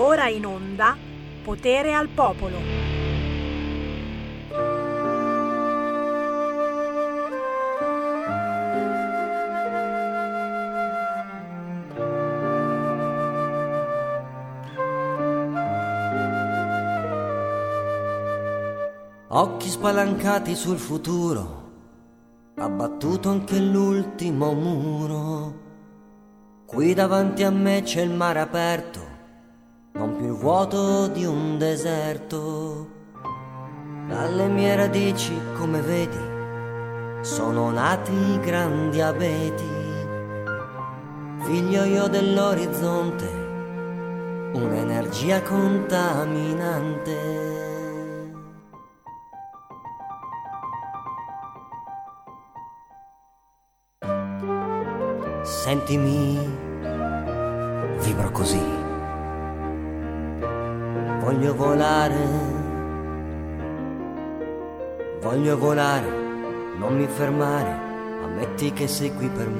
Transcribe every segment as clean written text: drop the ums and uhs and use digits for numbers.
ora in onda Potere al Popolo. Occhi spalancati sul futuro, abbattuto anche l'ultimo muro. Qui davanti a me c'è il mare aperto, non più il vuoto di un deserto. Dalle mie radici, come vedi, sono nati i grandi abeti. Figlio io dell'orizzonte, un'energia contaminante. Sentimi, vibro così. Voglio volare, non mi fermare, ammetti che sei qui per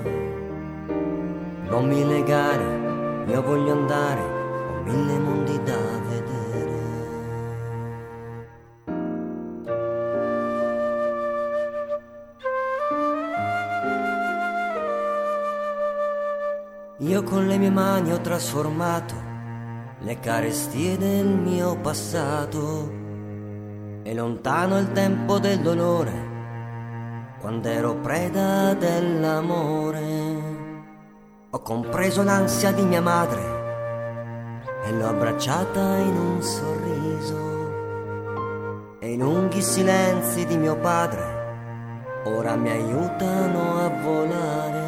me. Non mi legare, io voglio andare, ho 1000 mondi da vedere. Io con le mie mani ho trasformato le carestie del mio passato, e lontano il tempo del dolore, quando ero preda dell'amore. Ho compreso l'ansia di mia madre e l'ho abbracciata in un sorriso, e i lunghi silenzi di mio padre ora mi aiutano a volare.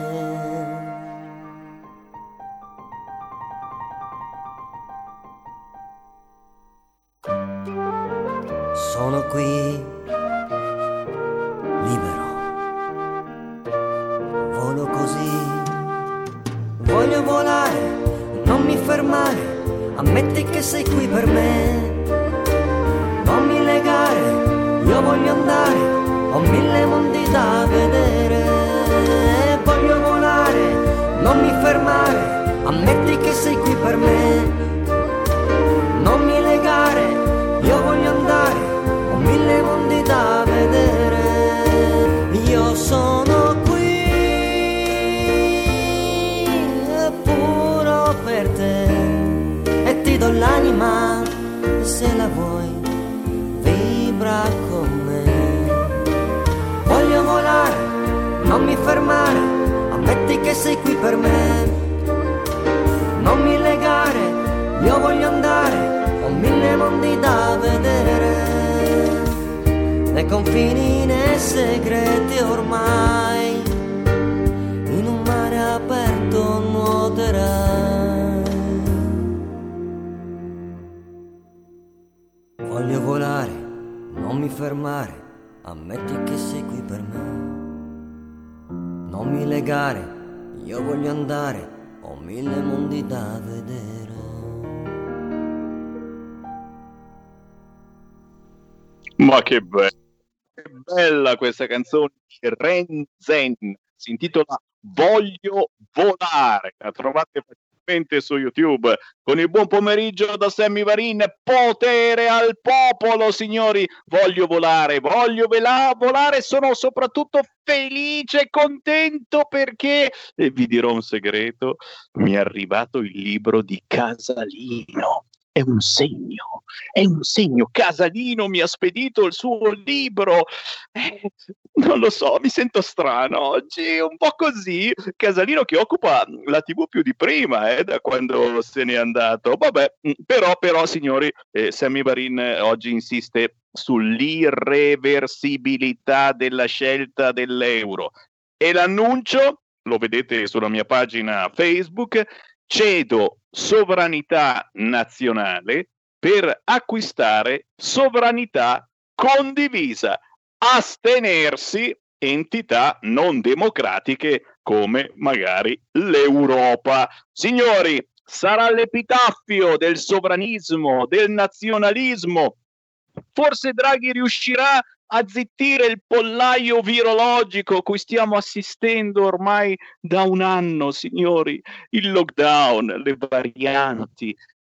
Sono qui, libero, volo così. Voglio volare, non mi fermare, ammetti che sei qui per me. Non mi legare, io voglio andare, ho 1000 mondi da vedere. Voglio volare, non mi fermare, ammetti che sei qui per me. Non mi legare, io voglio andare, ho 1000 mondi da vedere. Io sono qui, puro per te, e ti do l'anima, se la vuoi, vibra con me. Voglio volare, non mi fermare, ammetti che sei qui per me. Non mi legare, io voglio andare, ho 1000 mondi da vedere. Nei confini, nei segreti ormai, in un mare aperto nuoterai. Voglio volare, non mi fermare, ammetti che sei qui per me. Non mi legare, io voglio andare, ho 1000 mondi da vedere. Ma che bella questa canzone di Renzen, si intitola Voglio volare, la trovate facilmente su YouTube. Con il buon pomeriggio da Sammy Varin, potere al popolo, signori. Voglio volare, volare, sono soprattutto felice e contento perché, e vi dirò un segreto, mi è arrivato il libro di Casalino. È un segno. Casalino mi ha spedito il suo libro. Non lo so, mi sento strano oggi, un po' così. Casalino che occupa la TV più di prima, da quando se n'è andato. Vabbè, però signori, Sammy Varin oggi insiste sull'irreversibilità della scelta dell'euro. E l'annuncio, lo vedete sulla mia pagina Facebook, cedo sovranità nazionale per acquistare sovranità condivisa, astenersi entità non democratiche come magari l'Europa. Signori, sarà l'epitaffio del sovranismo, del nazionalismo. Forse Draghi riuscirà a zittire il pollaio virologico cui stiamo assistendo ormai da un anno, signori. Il lockdown, le varianti,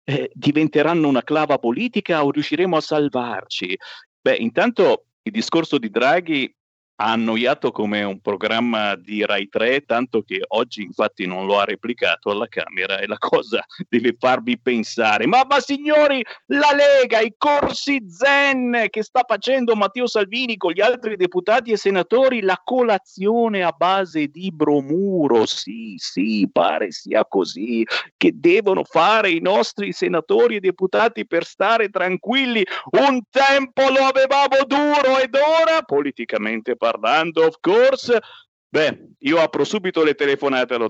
diventeranno una clava politica o riusciremo a salvarci? Beh, intanto il discorso di Draghi ha annoiato come un programma di Rai 3, tanto che oggi infatti non lo ha replicato alla Camera e la cosa deve farvi pensare. Ma signori, la Lega, i corsi zen che sta facendo Matteo Salvini con gli altri deputati e senatori, la colazione a base di bromuro, sì, pare sia così che devono fare i nostri senatori e deputati per stare tranquilli. Un tempo lo avevamo duro ed ora, politicamente parlando, of course. Beh, io apro subito le telefonate allo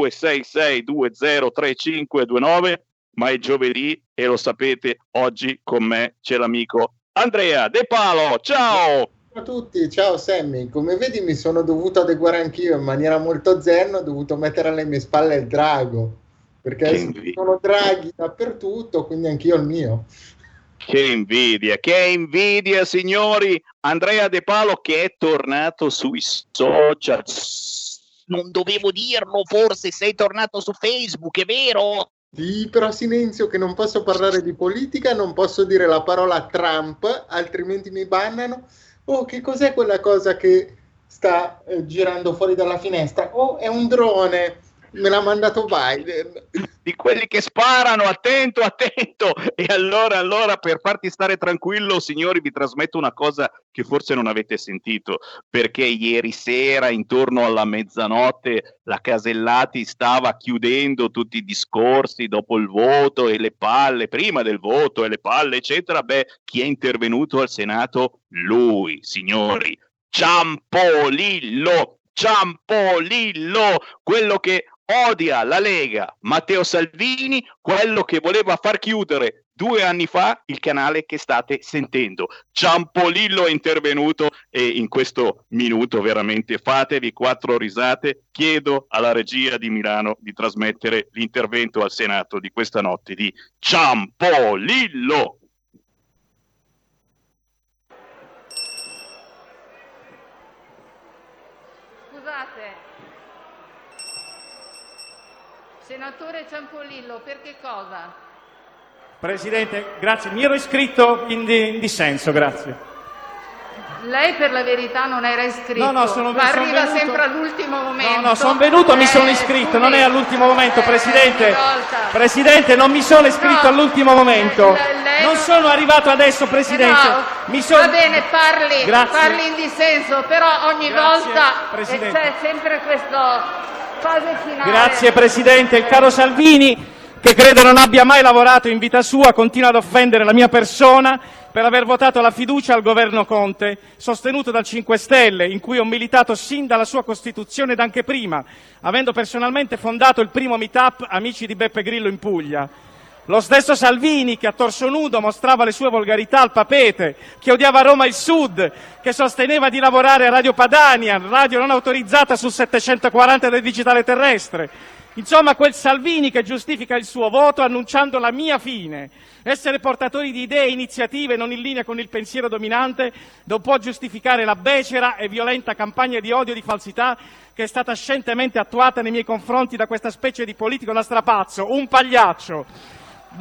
0266203529, ma è giovedì e lo sapete, oggi con me c'è l'amico Andrea De Palo. Ciao! Ciao a tutti, ciao Sammy. Come vedi mi sono dovuto adeguare anch'io in maniera molto zen, ho dovuto mettere alle mie spalle il drago, perché sono draghi dappertutto, quindi anch'io il mio. Che invidia, signori! Andrea De Palo che è tornato sui social. Non dovevo dirlo, forse sei tornato su Facebook, è vero? Sì, però silenzio che non posso parlare di politica, non posso dire la parola Trump, altrimenti mi bannano. Oh, che cos'è quella cosa che sta girando fuori dalla finestra? Oh, è un drone! Me l'ha mandato Biden. Di quelli che sparano, attento. E allora per farti stare tranquillo, signori, vi trasmetto una cosa che forse non avete sentito, perché ieri sera intorno alla mezzanotte la Casellati stava chiudendo tutti i discorsi dopo il voto e le palle, prima del voto e le palle eccetera. Beh, chi è intervenuto al Senato? Lui, signori, Ciampolillo, quello che odia la Lega, Matteo Salvini, quello che voleva far chiudere 2 anni fa il canale che state sentendo. Ciampolillo è intervenuto e in questo minuto veramente fatevi 4 risate. Chiedo alla regia di Milano di trasmettere l'intervento al Senato di questa notte di Ciampolillo. Senatore Ciampolillo, per che cosa? Presidente, grazie. Mi ero iscritto in dissenso, grazie. Lei per la verità non era iscritto, ma arriva venuto sempre all'ultimo momento. No, sono venuto, mi sono iscritto, non è all'ultimo momento, Presidente. Presidente, non mi sono iscritto all'ultimo momento. Non sono arrivato adesso, Presidente. Va bene, parli in dissenso, però ogni volta c'è sempre questo fase finale. Grazie, Presidente. Il caro Salvini, che credo non abbia mai lavorato in vita sua, continua ad offendere la mia persona per aver votato la fiducia al governo Conte, sostenuto dal 5 Stelle, in cui ho militato sin dalla sua costituzione ed anche prima, avendo personalmente fondato il primo meetup Amici di Beppe Grillo in Puglia. Lo stesso Salvini che a torso nudo mostrava le sue volgarità al Papete, che odiava Roma il Sud, che sosteneva di lavorare a Radio Padania, radio non autorizzata sul 740 del digitale terrestre. Insomma, quel Salvini che giustifica il suo voto annunciando la mia fine. Essere portatori di idee e iniziative non in linea con il pensiero dominante non può giustificare la becera e violenta campagna di odio e di falsità che è stata scientemente attuata nei miei confronti da questa specie di politico da strapazzo, un pagliaccio.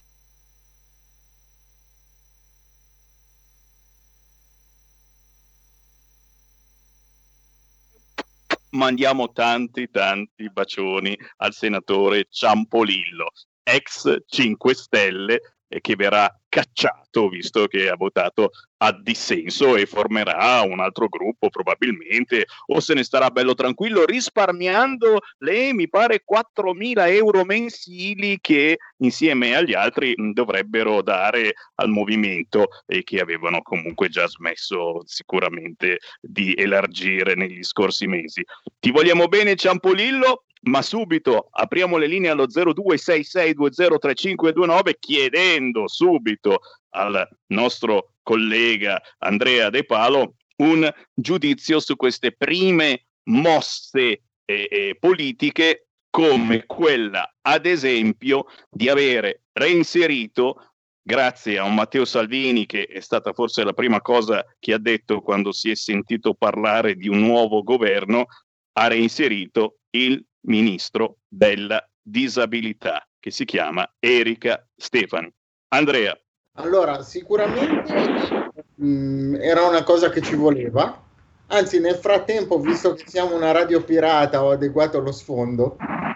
Mandiamo tanti bacioni al senatore Ciampolillo, ex 5 Stelle, e che verrà cacciato visto che ha votato a dissenso e formerà un altro gruppo probabilmente, o se ne starà bello tranquillo risparmiando le, mi pare, 4.000 euro mensili che insieme agli altri dovrebbero dare al movimento e che avevano comunque già smesso sicuramente di elargire negli scorsi mesi. Ti vogliamo bene, Ciampolillo, ma subito apriamo le linee allo 0266203529 chiedendo subito al nostro collega Andrea De Palo un giudizio su queste prime mosse politiche, come quella ad esempio di avere reinserito, grazie a un Matteo Salvini che è stata forse la prima cosa che ha detto quando si è sentito parlare di un nuovo governo, ha reinserito il ministro della disabilità. che si chiama Erika Stefani. Andrea. Allora, sicuramente era una cosa che ci voleva. Anzi, nel frattempo, visto che siamo una radio pirata, ho adeguato lo sfondo.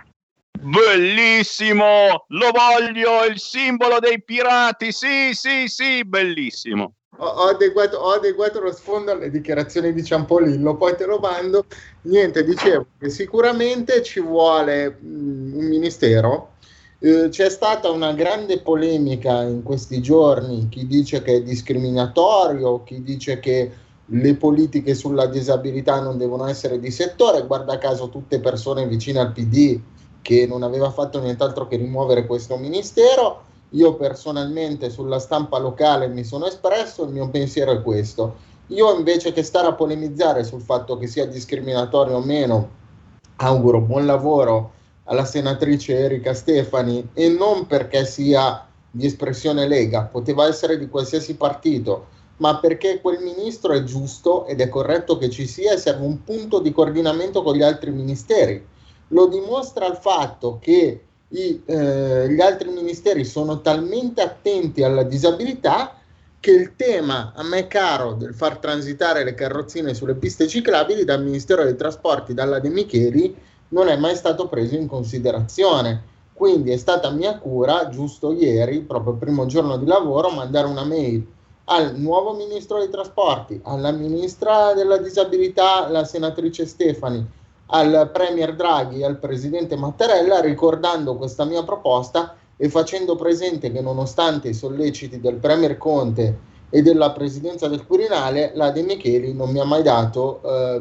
Bellissimo! Lo voglio, il simbolo dei pirati. Sì, bellissimo. Ho adeguato lo sfondo alle dichiarazioni di Ciampolillo, poi te lo mando. Niente, dicevo che sicuramente ci vuole un ministero. C'è stata una grande polemica in questi giorni, chi dice che è discriminatorio, chi dice che le politiche sulla disabilità non devono essere di settore, guarda caso tutte persone vicine al PD che non aveva fatto nient'altro che rimuovere questo ministero. Io personalmente sulla stampa locale mi sono espresso, il mio pensiero è questo. Io invece che stare a polemizzare sul fatto che sia discriminatorio o meno, auguro buon lavoro alla senatrice Erika Stefani, e non perché sia di espressione Lega, poteva essere di qualsiasi partito, ma perché quel ministro è giusto ed è corretto che ci sia e serve un punto di coordinamento con gli altri ministeri. Lo dimostra il fatto che gli altri ministeri sono talmente attenti alla disabilità che il tema a me caro del far transitare le carrozzine sulle piste ciclabili dal Ministero dei Trasporti, dalla De Micheli, non è mai stato preso in considerazione. Quindi è stata mia cura, giusto ieri, proprio il primo giorno di lavoro, mandare una mail al nuovo Ministro dei Trasporti, alla Ministra della Disabilità, la senatrice Stefani, al Premier Draghi e al Presidente Mattarella, ricordando questa mia proposta e facendo presente che nonostante i solleciti del Premier Conte e della Presidenza del Quirinale, la De Micheli non mi ha mai dato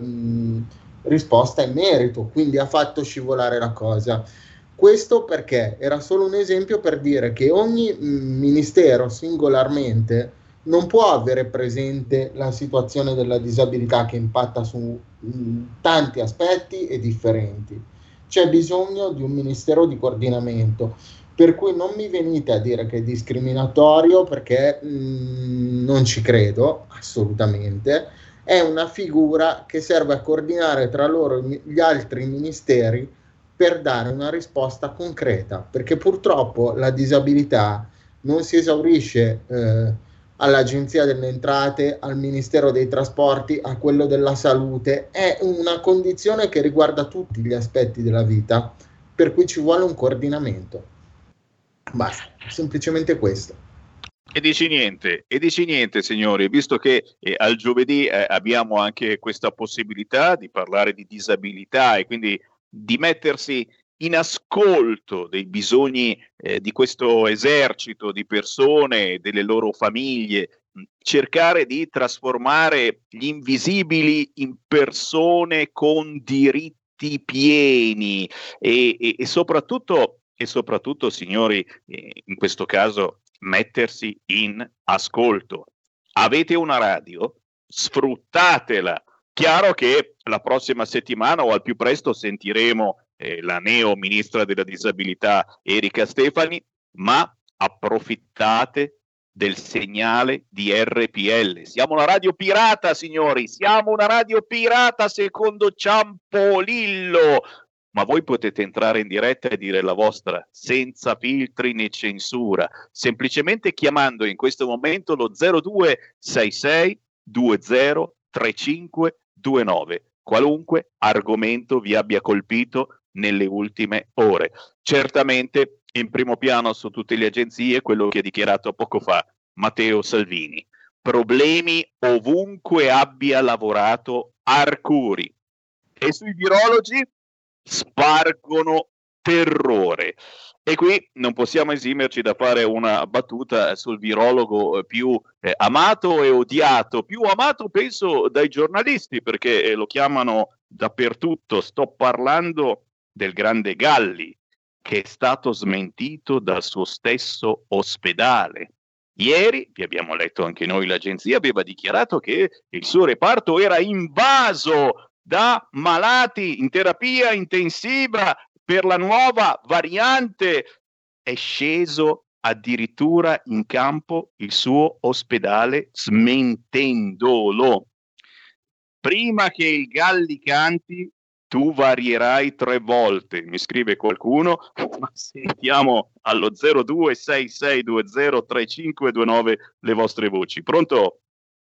risposta in merito, quindi ha fatto scivolare la cosa. Questo perché era solo un esempio per dire che ogni ministero singolarmente non può avere presente la situazione della disabilità che impatta su tanti aspetti e differenti. C'è bisogno di un ministero di coordinamento, per cui non mi venite a dire che è discriminatorio, perché non ci credo assolutamente. È una figura che serve a coordinare tra loro gli altri ministeri per dare una risposta concreta, perché purtroppo la disabilità non si esaurisce all'Agenzia delle Entrate, al Ministero dei Trasporti, a quello della Salute. È una condizione che riguarda tutti gli aspetti della vita, per cui ci vuole un coordinamento. Basta, semplicemente questo. E dici niente, signori, visto che al giovedì abbiamo anche questa possibilità di parlare di disabilità e quindi di mettersi in ascolto dei bisogni di questo esercito di persone, delle loro famiglie, cercare di trasformare gli invisibili in persone con diritti pieni e soprattutto, signori, in questo caso mettersi in ascolto. Avete una radio? Sfruttatela. Chiaro che la prossima settimana o al più presto sentiremo la neo ministra della disabilità Erika Stefani, ma approfittate del segnale di RPL. Siamo una radio pirata, signori, siamo una radio pirata secondo Ciampolillo, ma voi potete entrare in diretta e dire la vostra senza filtri né censura, semplicemente chiamando in questo momento lo 0266 20 3529, qualunque argomento vi abbia colpito nelle ultime ore. Certamente in primo piano su tutte le agenzie quello che ha dichiarato poco fa Matteo Salvini: problemi ovunque abbia lavorato Arcuri, e sui virologi spargono terrore. E qui non possiamo esimerci da fare una battuta sul virologo più amato e odiato, più amato penso dai giornalisti, perché lo chiamano dappertutto. Sto parlando del grande Galli, che è stato smentito dal suo stesso ospedale. Ieri, vi abbiamo letto anche noi, l'agenzia aveva dichiarato che il suo reparto era invaso da malati in terapia intensiva per la nuova variante. È sceso addirittura in campo il suo ospedale smentendolo. Prima che il Galli canti, tu varierai 3 volte, mi scrive qualcuno, ma sentiamo allo 0266203529 le vostre voci. Pronto?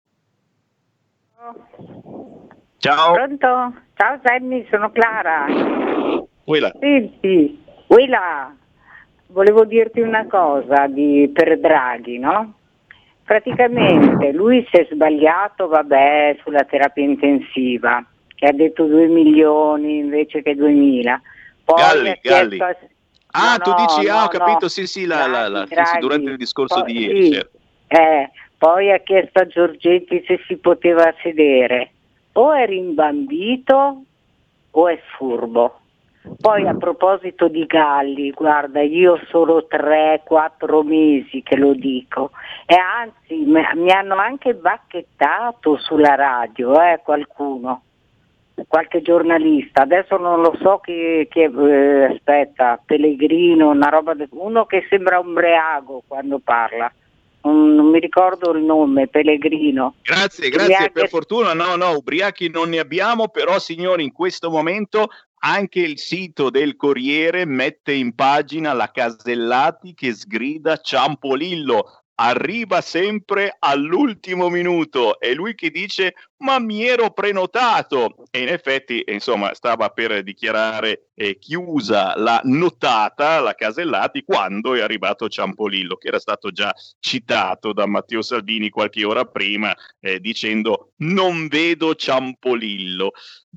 Ciao. Pronto? Ciao Sammy, sono Clara. Quella. Senti, Willa, volevo dirti una cosa per Draghi, no? Praticamente lui si è sbagliato, sulla terapia intensiva, che ha detto 2 milioni invece che 2.000. Poi Galli. Tu dici, ho capito, sì, Draghi. durante il discorso di ieri, certo. Poi ha chiesto a Giorgetti se si poteva sedere. O è rimbambito o è furbo. Poi a proposito di Galli, guarda, io solo 3-4 mesi che lo dico, e anzi mi hanno anche bacchettato sulla radio, qualcuno, qualche giornalista, adesso non lo so chi aspetta, Pellegrino, una roba uno che sembra ubriaco quando parla. Non mi ricordo il nome, Pellegrino. Grazie, per fortuna no, ubriachi non ne abbiamo, però signori, in questo momento anche il sito del Corriere mette in pagina la Casellati che sgrida Ciampolillo. Arriva sempre all'ultimo minuto, è lui che dice ma mi ero prenotato, e in effetti insomma stava per dichiarare chiusa la notata, la Casellati, quando è arrivato Ciampolillo, che era stato già citato da Matteo Salvini qualche ora prima, dicendo non vedo Ciampolillo.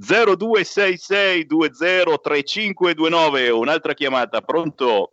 0266203529, un'altra chiamata. Pronto?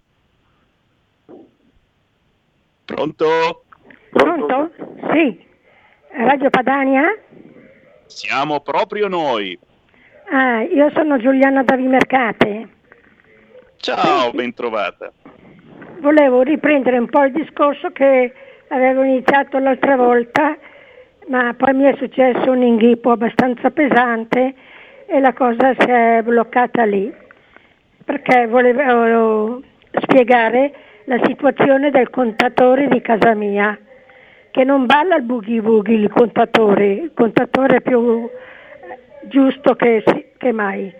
Pronto? Pronto? Sì. Radio Padania? Siamo proprio noi. Io sono Giuliana da Vimercate. Ciao, ben trovata. Volevo riprendere un po' il discorso che avevo iniziato l'altra volta, ma poi mi è successo un inghippo abbastanza pesante e la cosa si è bloccata lì, perché volevo spiegare la situazione del contatore di casa mia, che non balla il boogie boogie il contatore è più giusto che mai.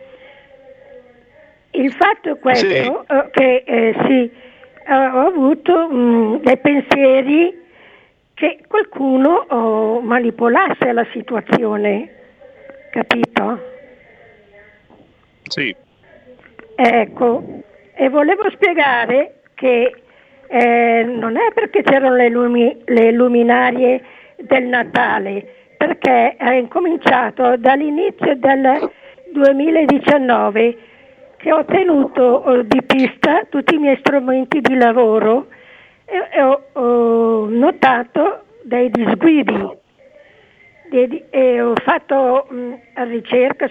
Il fatto è questo, che ho avuto dei pensieri che qualcuno manipolasse la situazione, capito? Sì. Ecco, e volevo spiegare che non è perché c'erano le luminarie del Natale, perché è incominciato dall'inizio del 2019 che ho tenuto di pista tutti i miei strumenti di lavoro e ho notato dei disguidi e ho fatto ricerca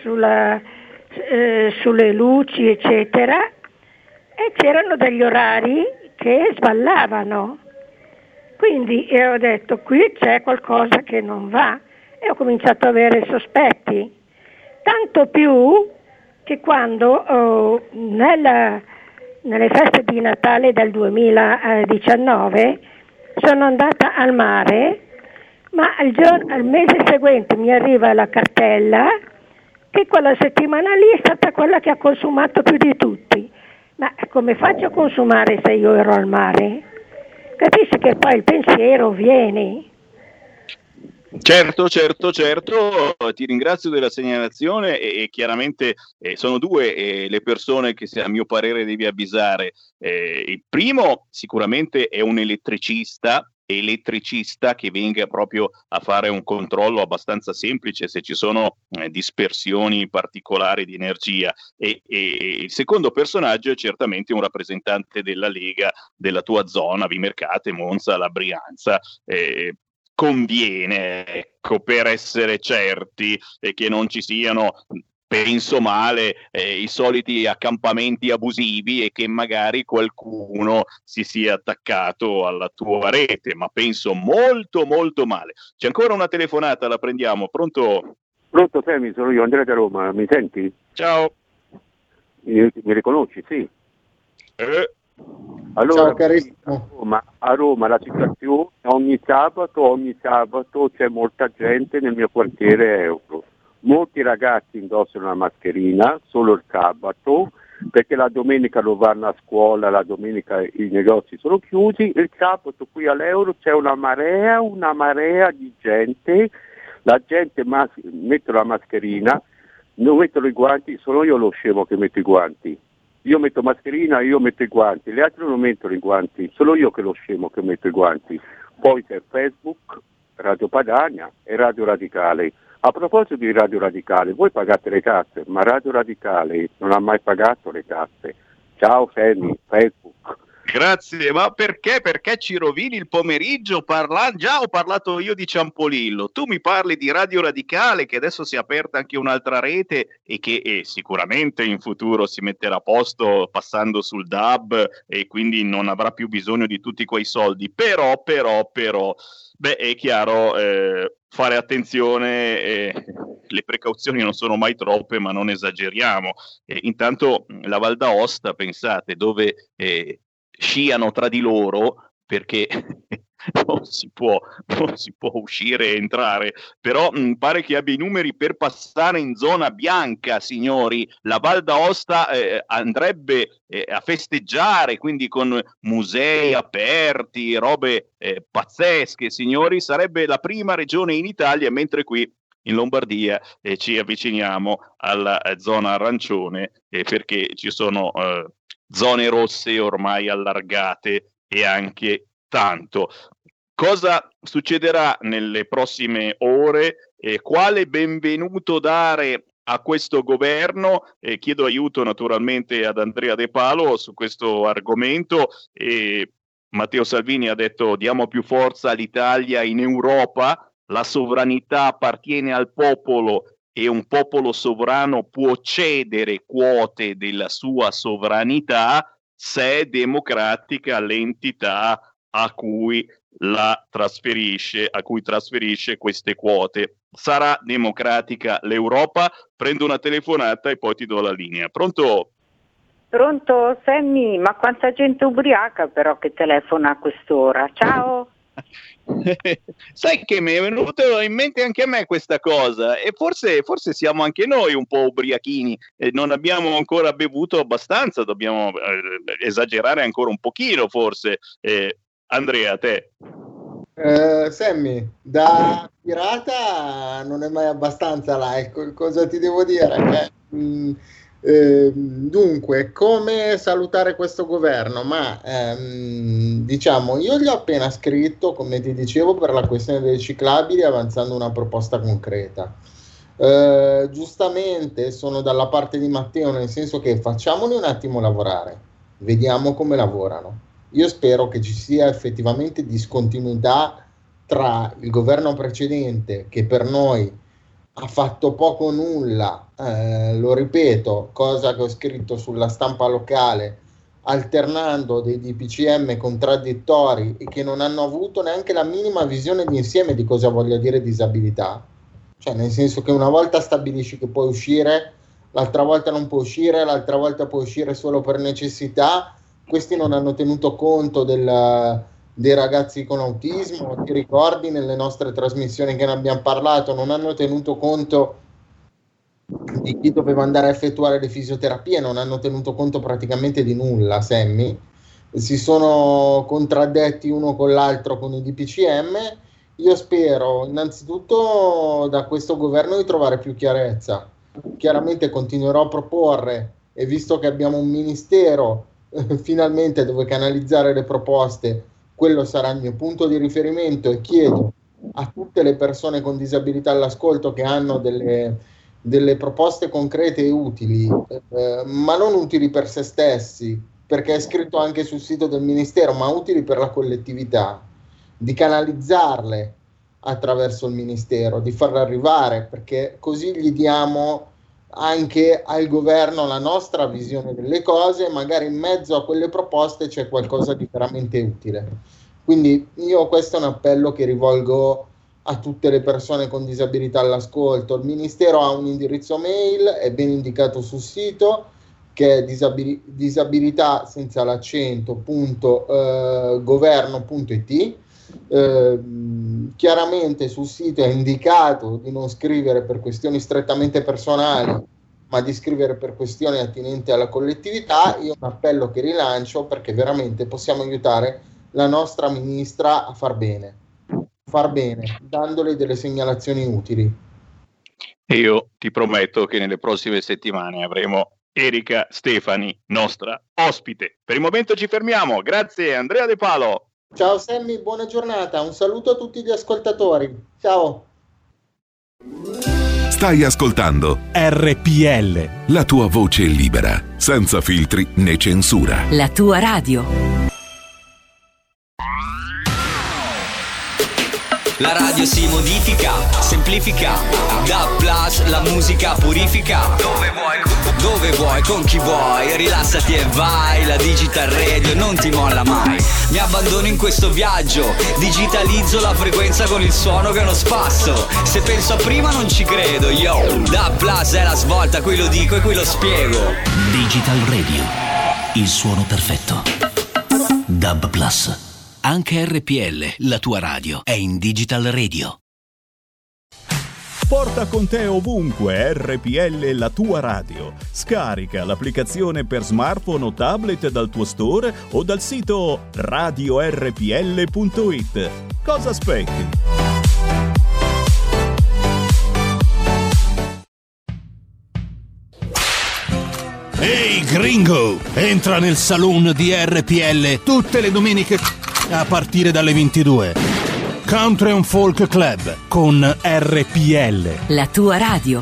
sulle luci eccetera, e c'erano degli orari che sballavano, quindi ho detto qui c'è qualcosa che non va e ho cominciato ad avere sospetti, tanto più che quando nelle feste di Natale del 2019 sono andata al mare, ma al mese seguente mi arriva la cartella che quella settimana lì è stata quella che ha consumato più di tutti. Ma come faccio a consumare se io ero al mare? Capisci che poi il pensiero viene. Certo, ti ringrazio della segnalazione e chiaramente sono due le persone che a mio parere devi avvisare. Il primo sicuramente è un elettricista che venga proprio a fare un controllo abbastanza semplice se ci sono dispersioni particolari di energia, e il secondo personaggio è certamente un rappresentante della Lega della tua zona, Vimercate, Monza, la Brianza. Conviene, ecco, per essere certi che non ci siano, penso male, i soliti accampamenti abusivi e che magari qualcuno si sia attaccato alla tua rete, ma penso molto molto male. C'è ancora una telefonata, la prendiamo. Pronto? Pronto, Femi, sono io, Andrea da Roma, mi senti? Ciao. Mi riconosci? Sì. Allora, ciao carissimo. A Roma la situazione ogni sabato c'è molta gente nel mio quartiere Euro. molti ragazzi indossano la mascherina solo il sabato, perché la domenica non vanno a scuola, la domenica i negozi sono chiusi, il sabato qui all'Euro c'è una marea di gente, la gente mette la mascherina, non mettono i guanti, sono io lo scemo che metto i guanti. Io metto mascherina, io metto i guanti, gli altri non mettono i guanti, solo io che lo scemo che metto i guanti. Poi c'è Facebook, Radio Padania e Radio Radicale. A proposito di Radio Radicale, voi pagate le tasse, ma Radio Radicale non ha mai pagato le tasse. Ciao Sammy, Facebook. Grazie, ma perché? Perché ci rovini il pomeriggio? Già ho parlato io di Ciampolillo, tu mi parli di Radio Radicale, che adesso si è aperta anche un'altra rete e che sicuramente in futuro si metterà a posto passando sul DAB e quindi non avrà più bisogno di tutti quei soldi, però, beh, è chiaro, fare attenzione, le precauzioni non sono mai troppe, ma non esageriamo. Intanto la Val d'Aosta, pensate, dove sciano tra di loro, perché non si può uscire e entrare, però pare che abbia i numeri per passare in zona bianca, signori. La Val d'Aosta andrebbe a festeggiare, quindi con musei aperti, robe pazzesche, signori. Sarebbe la prima regione in Italia, mentre qui in Lombardia ci avviciniamo alla zona arancione, perché ci sono zone rosse ormai allargate e anche tanto. Cosa succederà nelle prossime ore? Quale benvenuto dare a questo governo? Chiedo aiuto naturalmente ad Andrea De Palo su questo argomento. Matteo Salvini ha detto: diamo più forza all'Italia in Europa, la sovranità appartiene al popolo e un popolo sovrano può cedere quote della sua sovranità se è democratica l'entità a cui trasferisce queste quote. Sarà democratica l'Europa? Prendo una telefonata e poi ti do la linea. Pronto? Pronto, Sammy? Ma quanta gente ubriaca però che telefona a quest'ora. Ciao! Sai che mi è venuto in mente anche a me questa cosa, e forse siamo anche noi un po' ubriachini, non abbiamo ancora bevuto abbastanza, dobbiamo esagerare ancora un pochino forse. Andrea, te? Sammy, da pirata non è mai abbastanza l'alcol, cosa ti devo dire? Dunque, come salutare questo governo? Ma diciamo, io gli ho appena scritto, come ti dicevo, per la questione delle ciclabili, avanzando una proposta concreta. Giustamente sono dalla parte di Matteo, nel senso che facciamoli un attimo lavorare, vediamo come lavorano. Io spero che ci sia effettivamente discontinuità tra il governo precedente, che per noi ha fatto poco o nulla, lo ripeto, cosa che ho scritto sulla stampa locale, alternando dei DPCM contraddittori e che non hanno avuto neanche la minima visione d'insieme di cosa voglia dire disabilità. Cioè, nel senso che una volta stabilisci che puoi uscire, l'altra volta non puoi uscire, l'altra volta puoi uscire solo per necessità. Questi non hanno tenuto conto dei ragazzi con autismo, ti ricordi nelle nostre trasmissioni che ne abbiamo parlato, non hanno tenuto conto di chi doveva andare a effettuare le fisioterapie, non hanno tenuto conto praticamente di nulla, Sammy. Si sono contraddetti uno con l'altro con i DPCM. Io spero innanzitutto da questo governo di trovare più chiarezza. Chiaramente continuerò a proporre, e visto che abbiamo un ministero finalmente dove canalizzare le proposte, quello sarà il mio punto di riferimento, e chiedo a tutte le persone con disabilità all'ascolto che hanno delle proposte concrete e utili, ma non utili per se stessi, perché è scritto anche sul sito del Ministero, ma utili per la collettività, di canalizzarle attraverso il Ministero, di farle arrivare, perché così gli diamo anche al governo la nostra visione delle cose, magari in mezzo a quelle proposte c'è qualcosa di veramente utile. Quindi io questo è un appello che rivolgo a tutte le persone con disabilità all'ascolto. Il Ministero ha un indirizzo mail, è ben indicato sul sito, che è disabilità senza l'accento .governo.it. Chiaramente sul sito è indicato di non scrivere per questioni strettamente personali, ma di scrivere per questioni attinenti alla collettività. Io un appello che rilancio, perché veramente possiamo aiutare la nostra ministra a far bene, dandole delle segnalazioni utili. Io ti prometto che nelle prossime settimane avremo Erika Stefani, nostra ospite. Per il momento ci fermiamo. Grazie Andrea De Palo. Ciao Sammy, buona giornata. Un saluto a tutti gli ascoltatori. Ciao. Stai ascoltando RPL, la tua voce libera, senza filtri né censura. La tua radio. La radio si modifica, semplifica, da plus la musica purifica. Dove vuoi, con chi vuoi, rilassati e vai. La Digital Radio non ti molla mai. Mi abbandono in questo viaggio, digitalizzo la frequenza con il suono che non spasso. Se penso a prima non ci credo, yo. Da plus è la svolta, qui lo dico e qui lo spiego. Digital Radio, il suono perfetto. Dub Plus. Anche RPL, la tua radio, è in Digital Radio. Porta con te ovunque RPL, la tua radio. Scarica l'applicazione per smartphone o tablet dal tuo store o dal sito radiorpl.it. Cosa aspetti? Ehi gringo, entra nel saloon di RPL tutte le domeniche a partire dalle 22. Country and Folk Club con RPL. La tua radio.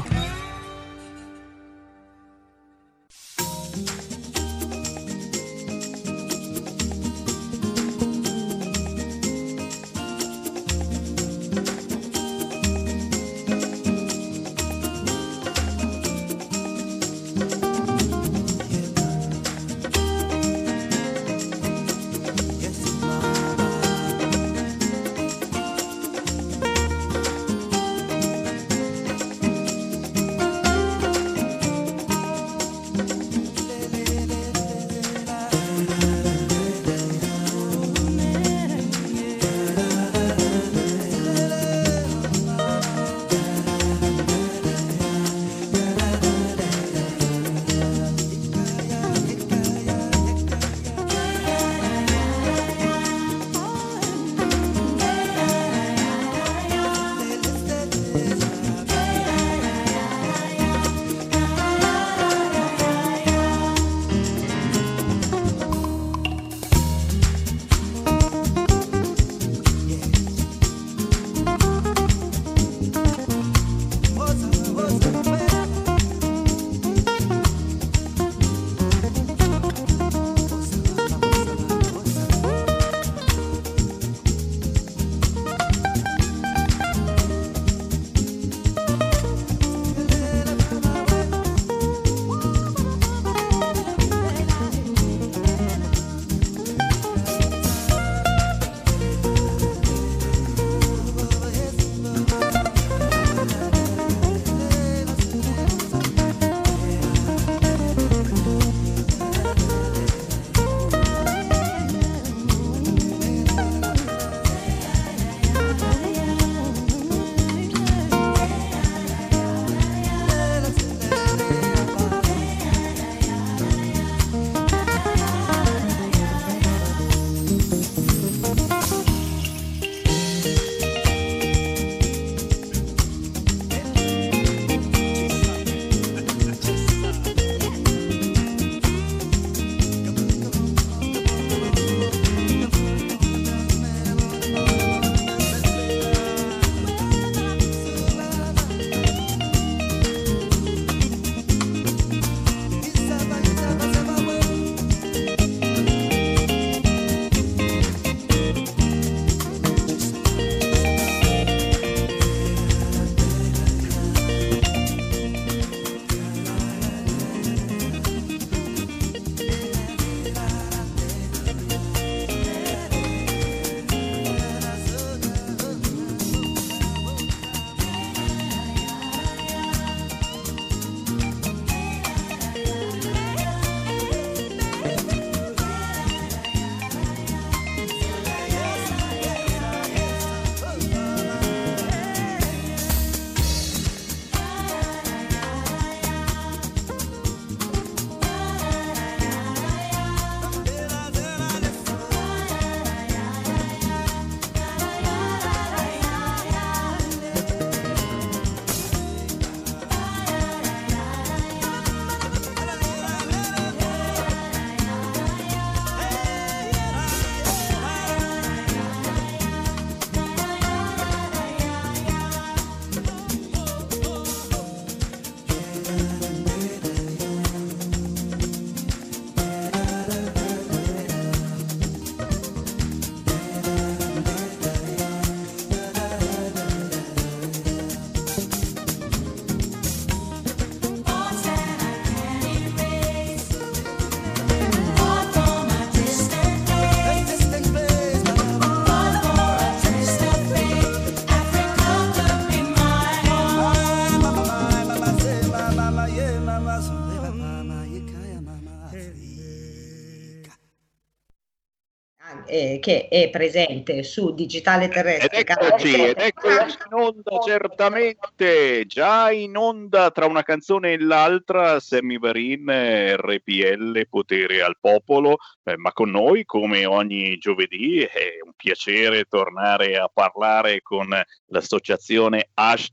che è presente su Digitale Terrestre. Ed eccoci in onda, certamente, già in onda tra una canzone e l'altra, Sammy Varin, RPL, Potere al Popolo, ma con noi come ogni giovedì è un piacere tornare a parlare con l'associazione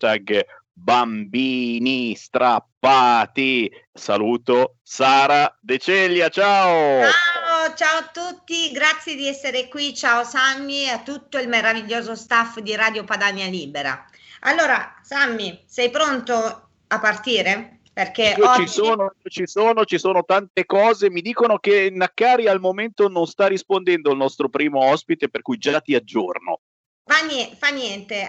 #Bambini Strappati. Saluto Sara De Ceglia, ciao! Ciao a tutti, grazie di essere qui, ciao Sammy e a tutto il meraviglioso staff di Radio Padania Libera. Allora, Sammy, sei pronto a partire? Perché oggi... ci sono tante cose. Mi dicono che Naccari al momento non sta rispondendo al nostro primo ospite, per cui già ti aggiorno. Fa niente,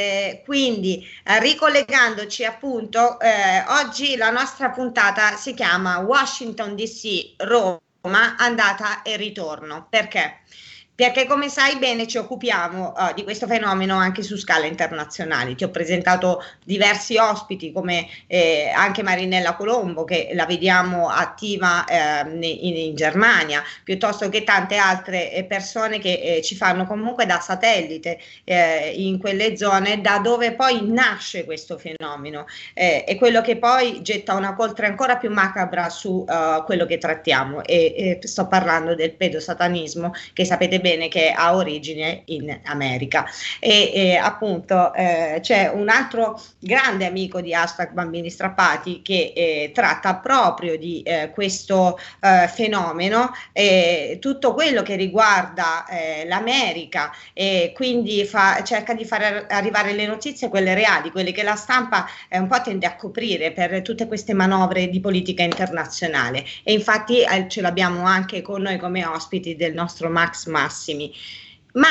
quindi ricollegandoci appunto, oggi la nostra puntata si chiama Washington DC Roma, andata e ritorno. Perché? Perché come sai bene ci occupiamo di questo fenomeno anche su scala internazionale. Ti ho presentato diversi ospiti come anche Marinella Colombo, che la vediamo attiva in Germania, piuttosto che tante altre persone che ci fanno comunque da satellite in quelle zone da dove poi nasce questo fenomeno, e quello che poi getta una coltre ancora più macabra su quello che trattiamo, e sto parlando del pedosatanismo, che sapete bene che ha origine in America. E appunto c'è un altro grande amico di #Bambini Strappati che tratta proprio di questo fenomeno, tutto quello che riguarda l'America, e quindi cerca di fare arrivare le notizie, quelle reali, quelle che la stampa un po' tende a coprire per tutte queste manovre di politica internazionale, e infatti ce l'abbiamo anche con noi come ospiti del nostro Max Massimi. Ma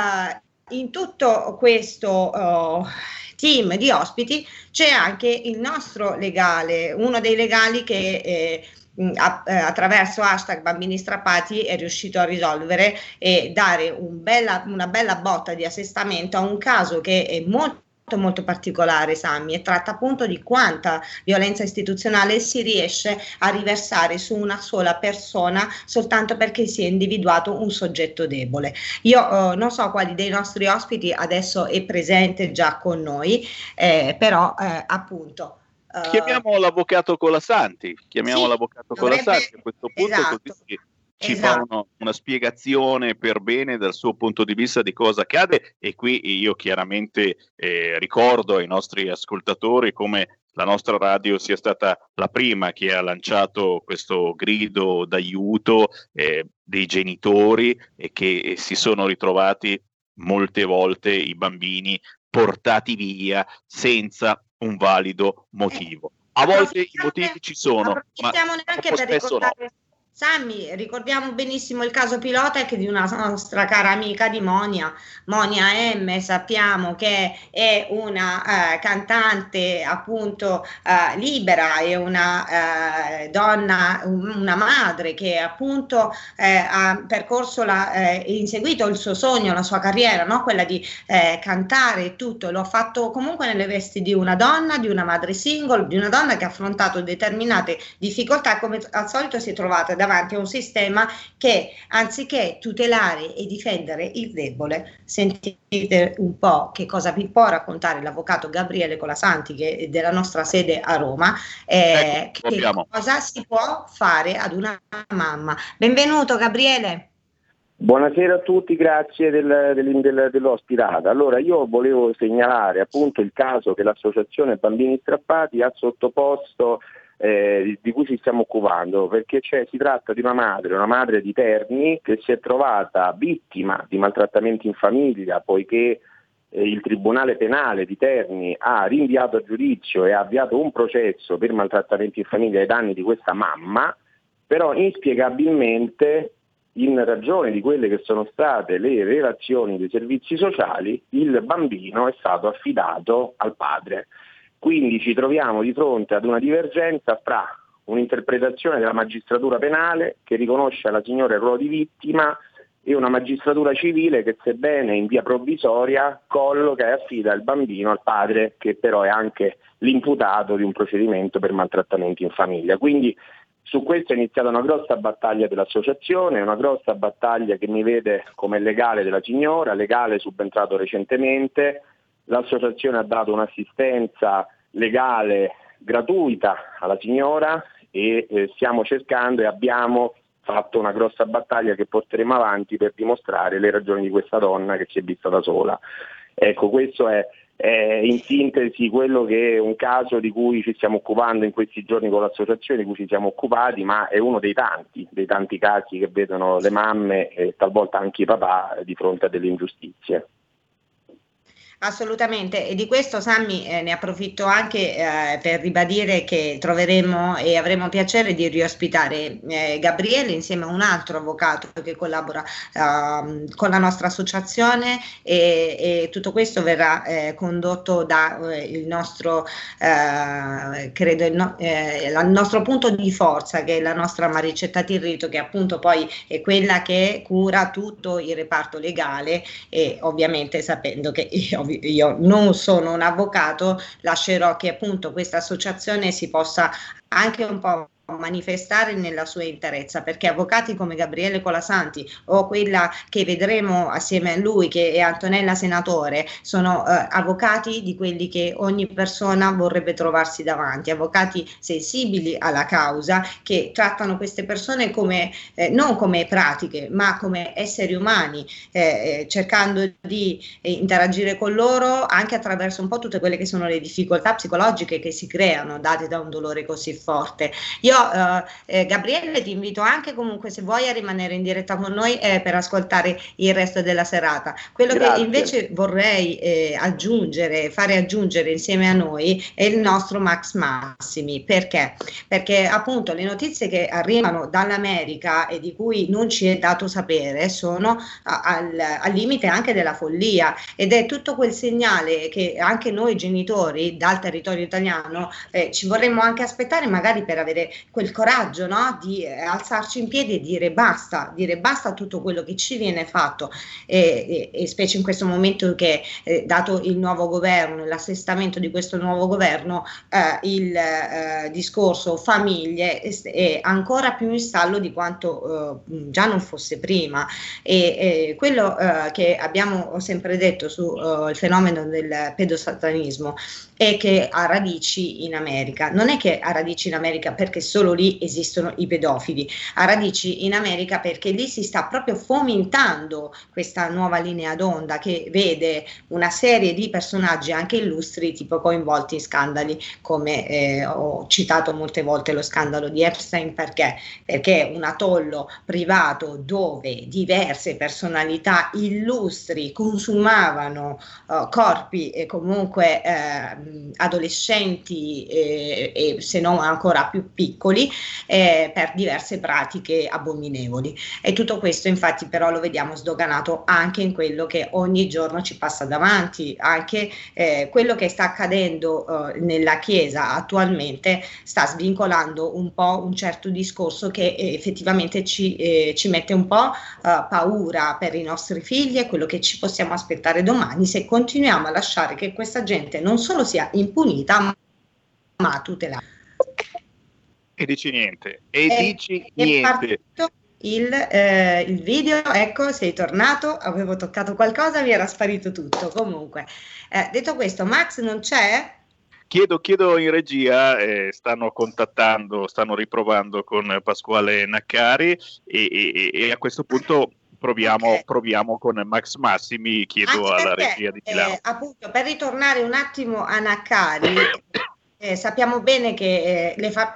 in tutto questo team di ospiti c'è anche il nostro legale, uno dei legali che attraverso #Bambini Strappati è riuscito a risolvere e dare una bella botta di assestamento a un caso che è molto particolare, Sammy, e tratta appunto di quanta violenza istituzionale si riesce a riversare su una sola persona soltanto perché si è individuato un soggetto debole. Io non so quali dei nostri ospiti adesso è presente già con noi, però appunto chiamiamo l'avvocato Colasanti, l'avvocato Colasanti a questo punto, esatto. Così ci fa una spiegazione per bene dal suo punto di vista di cosa accade. E qui io chiaramente ricordo ai nostri ascoltatori come la nostra radio sia stata la prima che ha lanciato questo grido d'aiuto dei genitori, e che si sono ritrovati molte volte i bambini portati via senza un valido motivo. A volte i motivi ci sono, ma neanche per ricordare, no. Sammy, ricordiamo benissimo il caso Pilotech di una nostra cara amica di Monia M. Sappiamo che è una cantante appunto libera, è una donna, una madre che appunto ha percorso inseguito il suo sogno, la sua carriera, no? Quella di cantare e tutto. Lo ha fatto comunque nelle vesti di una donna, di una madre single, di una donna che ha affrontato determinate difficoltà, come al solito si è trovata davanti a un sistema che, anziché tutelare e difendere il debole, sentite un po' che cosa vi può raccontare l'avvocato Gabriele Colasanti, che è della nostra sede a Roma, che cosa si può fare ad una mamma. Benvenuto Gabriele. Buonasera a tutti, grazie dell'ospitata. Allora, io volevo segnalare appunto il caso che l'associazione Bambini Strappati ha sottoposto, di cui ci stiamo occupando, perché si tratta di una madre di Terni che si è trovata vittima di maltrattamenti in famiglia, poiché il Tribunale Penale di Terni ha rinviato a giudizio e ha avviato un processo per maltrattamenti in famiglia ai danni di questa mamma, però inspiegabilmente, in ragione di quelle che sono state le relazioni dei servizi sociali, il bambino è stato affidato al padre. Quindi ci troviamo di fronte ad una divergenza fra un'interpretazione della magistratura penale che riconosce alla signora il ruolo di vittima e una magistratura civile che, sebbene in via provvisoria, colloca e affida il bambino al padre, che però è anche l'imputato di un procedimento per maltrattamenti in famiglia. Quindi Su questo è iniziata una grossa battaglia dell'associazione, una grossa battaglia che mi vede come legale della signora, legale subentrato recentemente. L'associazione ha dato un'assistenza legale gratuita alla signora e stiamo cercando e abbiamo fatto una grossa battaglia che porteremo avanti per dimostrare le ragioni di questa donna che si è vista da sola. Ecco, questo è in sintesi quello che è un caso di cui ci stiamo occupando in questi giorni con l'associazione, di cui ci siamo occupati, ma è uno dei tanti casi che vedono le mamme e talvolta anche i papà di fronte a delle ingiustizie. Assolutamente, e di questo Sammy ne approfitto anche per ribadire che troveremo e avremo piacere di riospitare Gabriele insieme a un altro avvocato che collabora con la nostra associazione e tutto questo verrà condotto da il nostro credo il nostro punto di forza, che è la nostra Maricetta Tirrito, che appunto poi è quella che cura tutto il reparto legale, e ovviamente sapendo che io non sono un avvocato, lascerò che appunto questa associazione si possa anche un po' manifestare nella sua interezza, perché avvocati come Gabriele Colasanti o quella che vedremo assieme a lui, che è Antonella Senatore, sono avvocati di quelli che ogni persona vorrebbe trovarsi davanti, avvocati sensibili alla causa, che trattano queste persone come non come pratiche ma come esseri umani, cercando di interagire con loro anche attraverso un po' tutte quelle che sono le difficoltà psicologiche che si creano date da un dolore così forte. Io Gabriele ti invito anche comunque, se vuoi, a rimanere in diretta con noi per ascoltare il resto della serata. Quello Grazie. Che invece vorrei fare aggiungere insieme a noi è il nostro Max Massimi. Perché? Perché appunto le notizie che arrivano dall'America e di cui non ci è dato sapere sono al limite anche della follia, ed è tutto quel segnale che anche noi genitori dal territorio italiano ci vorremmo anche aspettare, magari per avere quel coraggio, no? Di alzarci in piedi e dire basta a tutto quello che ci viene fatto, e specie in questo momento che dato il nuovo governo, l'assestamento di questo nuovo governo, il discorso famiglie è ancora più in stallo di quanto già non fosse prima, e quello che abbiamo sempre detto sul fenomeno del pedosatanismo è che ha radici in America. Non è che ha radici in America perché solo lì esistono i pedofili, ha radici in America perché lì si sta proprio fomentando questa nuova linea d'onda che vede una serie di personaggi anche illustri tipo coinvolti in scandali come ho citato molte volte lo scandalo di Epstein. Perché è un atollo privato dove diverse personalità illustri consumavano corpi e comunque adolescenti e se non ancora più piccoli per diverse pratiche abominevoli, e tutto questo infatti però lo vediamo sdoganato anche in quello che ogni giorno ci passa davanti, anche quello che sta accadendo nella Chiesa attualmente sta svincolando un po' un certo discorso che effettivamente ci mette un po' paura per i nostri figli e quello che ci possiamo aspettare domani se continuiamo a lasciare che questa gente non solo sia impunita ma tutelata. E dici niente. Niente. Il video, ecco, sei tornato, avevo toccato qualcosa, mi era sparito tutto. Comunque, detto questo, Max non c'è? Chiedo in regia, stanno riprovando con Pasquale Naccari e a questo punto proviamo con Max Massimi, chiedo alla regia di Milano. Appunto, per ritornare un attimo a Naccari, sappiamo bene che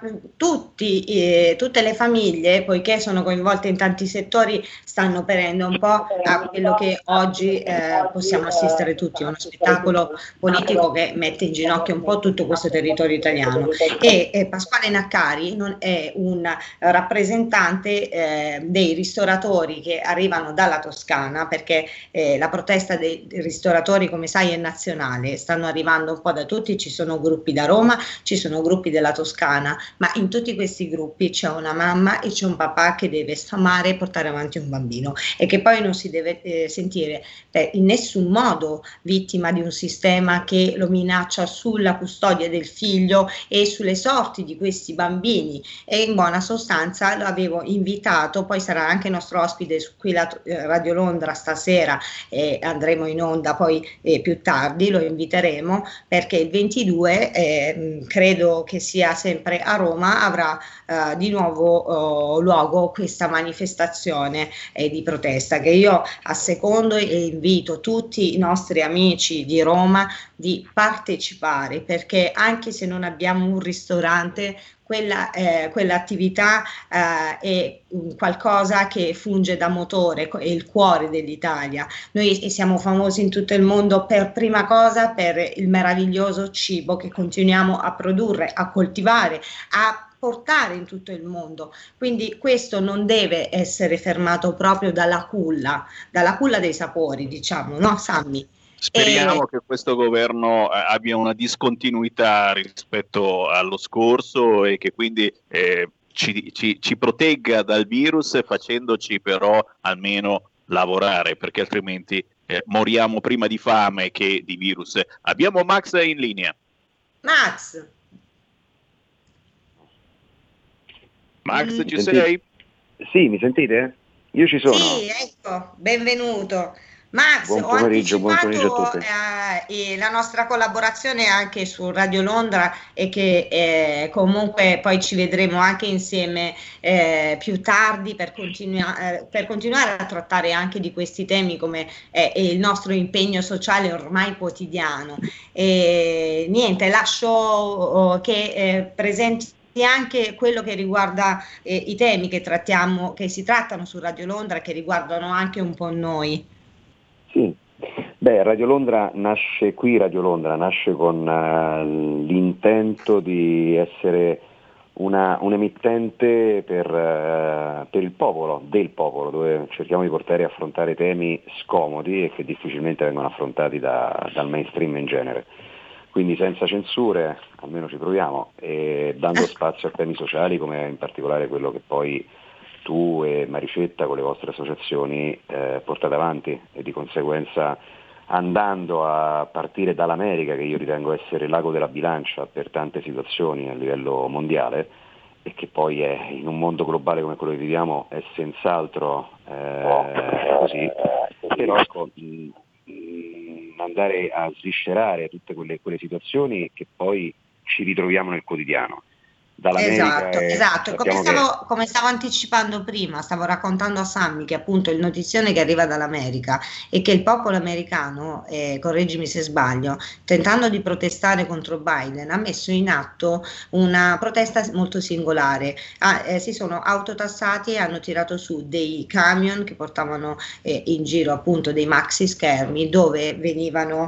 tutte le famiglie, poiché sono coinvolte in tanti settori, stanno perendo un po' a quello che oggi possiamo assistere tutti, uno spettacolo politico che mette in ginocchio un po' tutto questo territorio italiano. E Pasquale Naccari non è un rappresentante dei ristoratori che arrivano dalla Toscana, perché la protesta dei ristoratori, come sai, è nazionale, stanno arrivando un po' da tutti, ci sono gruppi da Roma, Roma, ci sono gruppi della Toscana, ma in tutti questi gruppi c'è una mamma e c'è un papà che deve sfamare e portare avanti un bambino e che poi non si deve sentire in nessun modo vittima di un sistema che lo minaccia sulla custodia del figlio e sulle sorti di questi bambini. E in buona sostanza lo avevo invitato, poi sarà anche nostro ospite su qui la Radio Londra stasera, andremo in onda poi più tardi, lo inviteremo perché il 22 credo che sia sempre a Roma, avrà di nuovo luogo questa manifestazione di protesta che io assecondo e invito tutti i nostri amici di Roma di partecipare, perché anche se non abbiamo un ristorante, quell'attività è qualcosa che funge da motore, è il cuore dell'Italia. Noi siamo famosi in tutto il mondo per prima cosa per il meraviglioso cibo che continuiamo a produrre, a coltivare, a portare in tutto il mondo, quindi questo non deve essere fermato proprio dalla culla dei sapori, diciamo, no Sammy? Speriamo che questo governo abbia una discontinuità rispetto allo scorso e che quindi ci protegga dal virus, facendoci però almeno lavorare, perché altrimenti moriamo prima di fame che di virus. Abbiamo Max in linea. Max, ci sei? Sì, mi sentite? Io ci sono. Sì, ecco, benvenuto. Max, buon pomeriggio a tutti. La nostra collaborazione anche su Radio Londra e che comunque poi ci vedremo anche insieme più tardi per continuare a trattare anche di questi temi come il nostro impegno sociale ormai quotidiano. E niente, lascio che presenti anche quello che riguarda i temi che trattiamo, che si trattano su Radio Londra, che riguardano anche un po' noi. Sì, Radio Londra nasce con l'intento di essere un'emittente per il popolo, del popolo, dove cerchiamo di portare a affrontare temi scomodi e che difficilmente vengono affrontati dal mainstream in genere. Quindi senza censure, almeno ci proviamo, e dando spazio a temi sociali come in particolare quello che poi tu e Maricetta con le vostre associazioni portate avanti, e di conseguenza andando a partire dall'America, che io ritengo essere l'ago della bilancia per tante situazioni a livello mondiale e che poi è, in un mondo globale come quello che viviamo, è senz'altro così, però ecco, andare a sviscerare tutte quelle situazioni che poi ci ritroviamo nel quotidiano. Esatto. Come stavo anticipando prima, stavo raccontando a Sammy che appunto il notizione che arriva dall'America è che il popolo americano, correggimi se sbaglio, tentando di protestare contro Biden, ha messo in atto una protesta molto singolare. Si sono autotassati e hanno tirato su dei camion che portavano in giro appunto dei maxi schermi dove venivano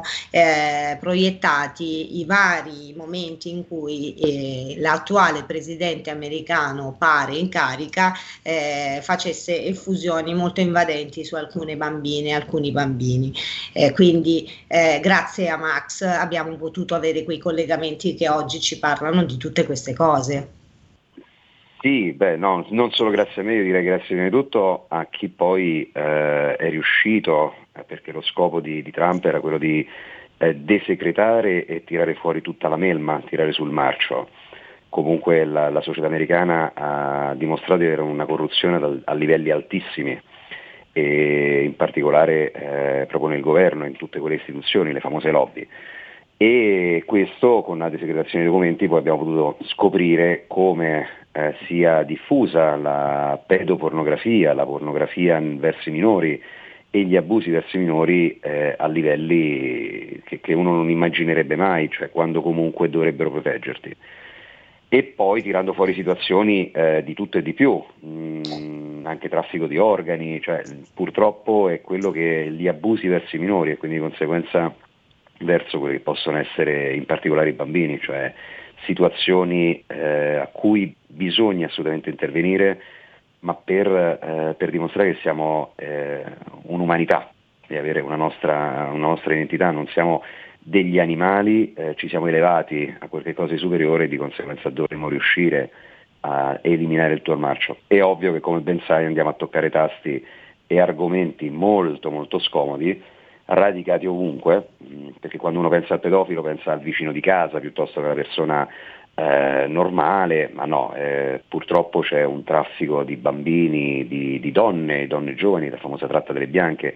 proiettati i vari momenti in cui l'attuale presidente americano pare in carica facesse effusioni molto invadenti su alcune bambine e alcuni bambini. Quindi grazie a Max abbiamo potuto avere quei collegamenti che oggi ci parlano di tutte queste cose. Sì, no, non solo grazie a me, io direi grazie prima di tutto a chi poi è riuscito, perché lo scopo di Trump era quello di desecretare e tirare fuori tutta la melma, tirare sul marcio. Comunque la società americana ha dimostrato di avere una corruzione a livelli altissimi e in particolare proprio nel governo e in tutte quelle istituzioni, le famose lobby. E questo, con la desecretazione dei documenti, poi abbiamo potuto scoprire come sia diffusa la pedopornografia, la pornografia verso i minori e gli abusi verso i minori a livelli che uno non immaginerebbe mai, cioè quando comunque dovrebbero proteggerti. E poi tirando fuori situazioni di tutto e di più, anche traffico di organi, cioè purtroppo è quello che gli abusi verso i minori e quindi di conseguenza verso quelli che possono essere in particolare i bambini, cioè situazioni a cui bisogna assolutamente intervenire, ma per dimostrare che siamo un'umanità e avere una nostra identità, non siamo degli animali, ci siamo elevati a qualche cosa di superiore e di conseguenza dovremo riuscire a eliminare il tumor marcio. È ovvio che, come ben sai, andiamo a toccare tasti e argomenti molto molto scomodi, radicati ovunque, perché quando uno pensa al pedofilo pensa al vicino di casa piuttosto che alla persona normale, ma no, purtroppo c'è un traffico di bambini, di donne giovani, la famosa tratta delle bianche,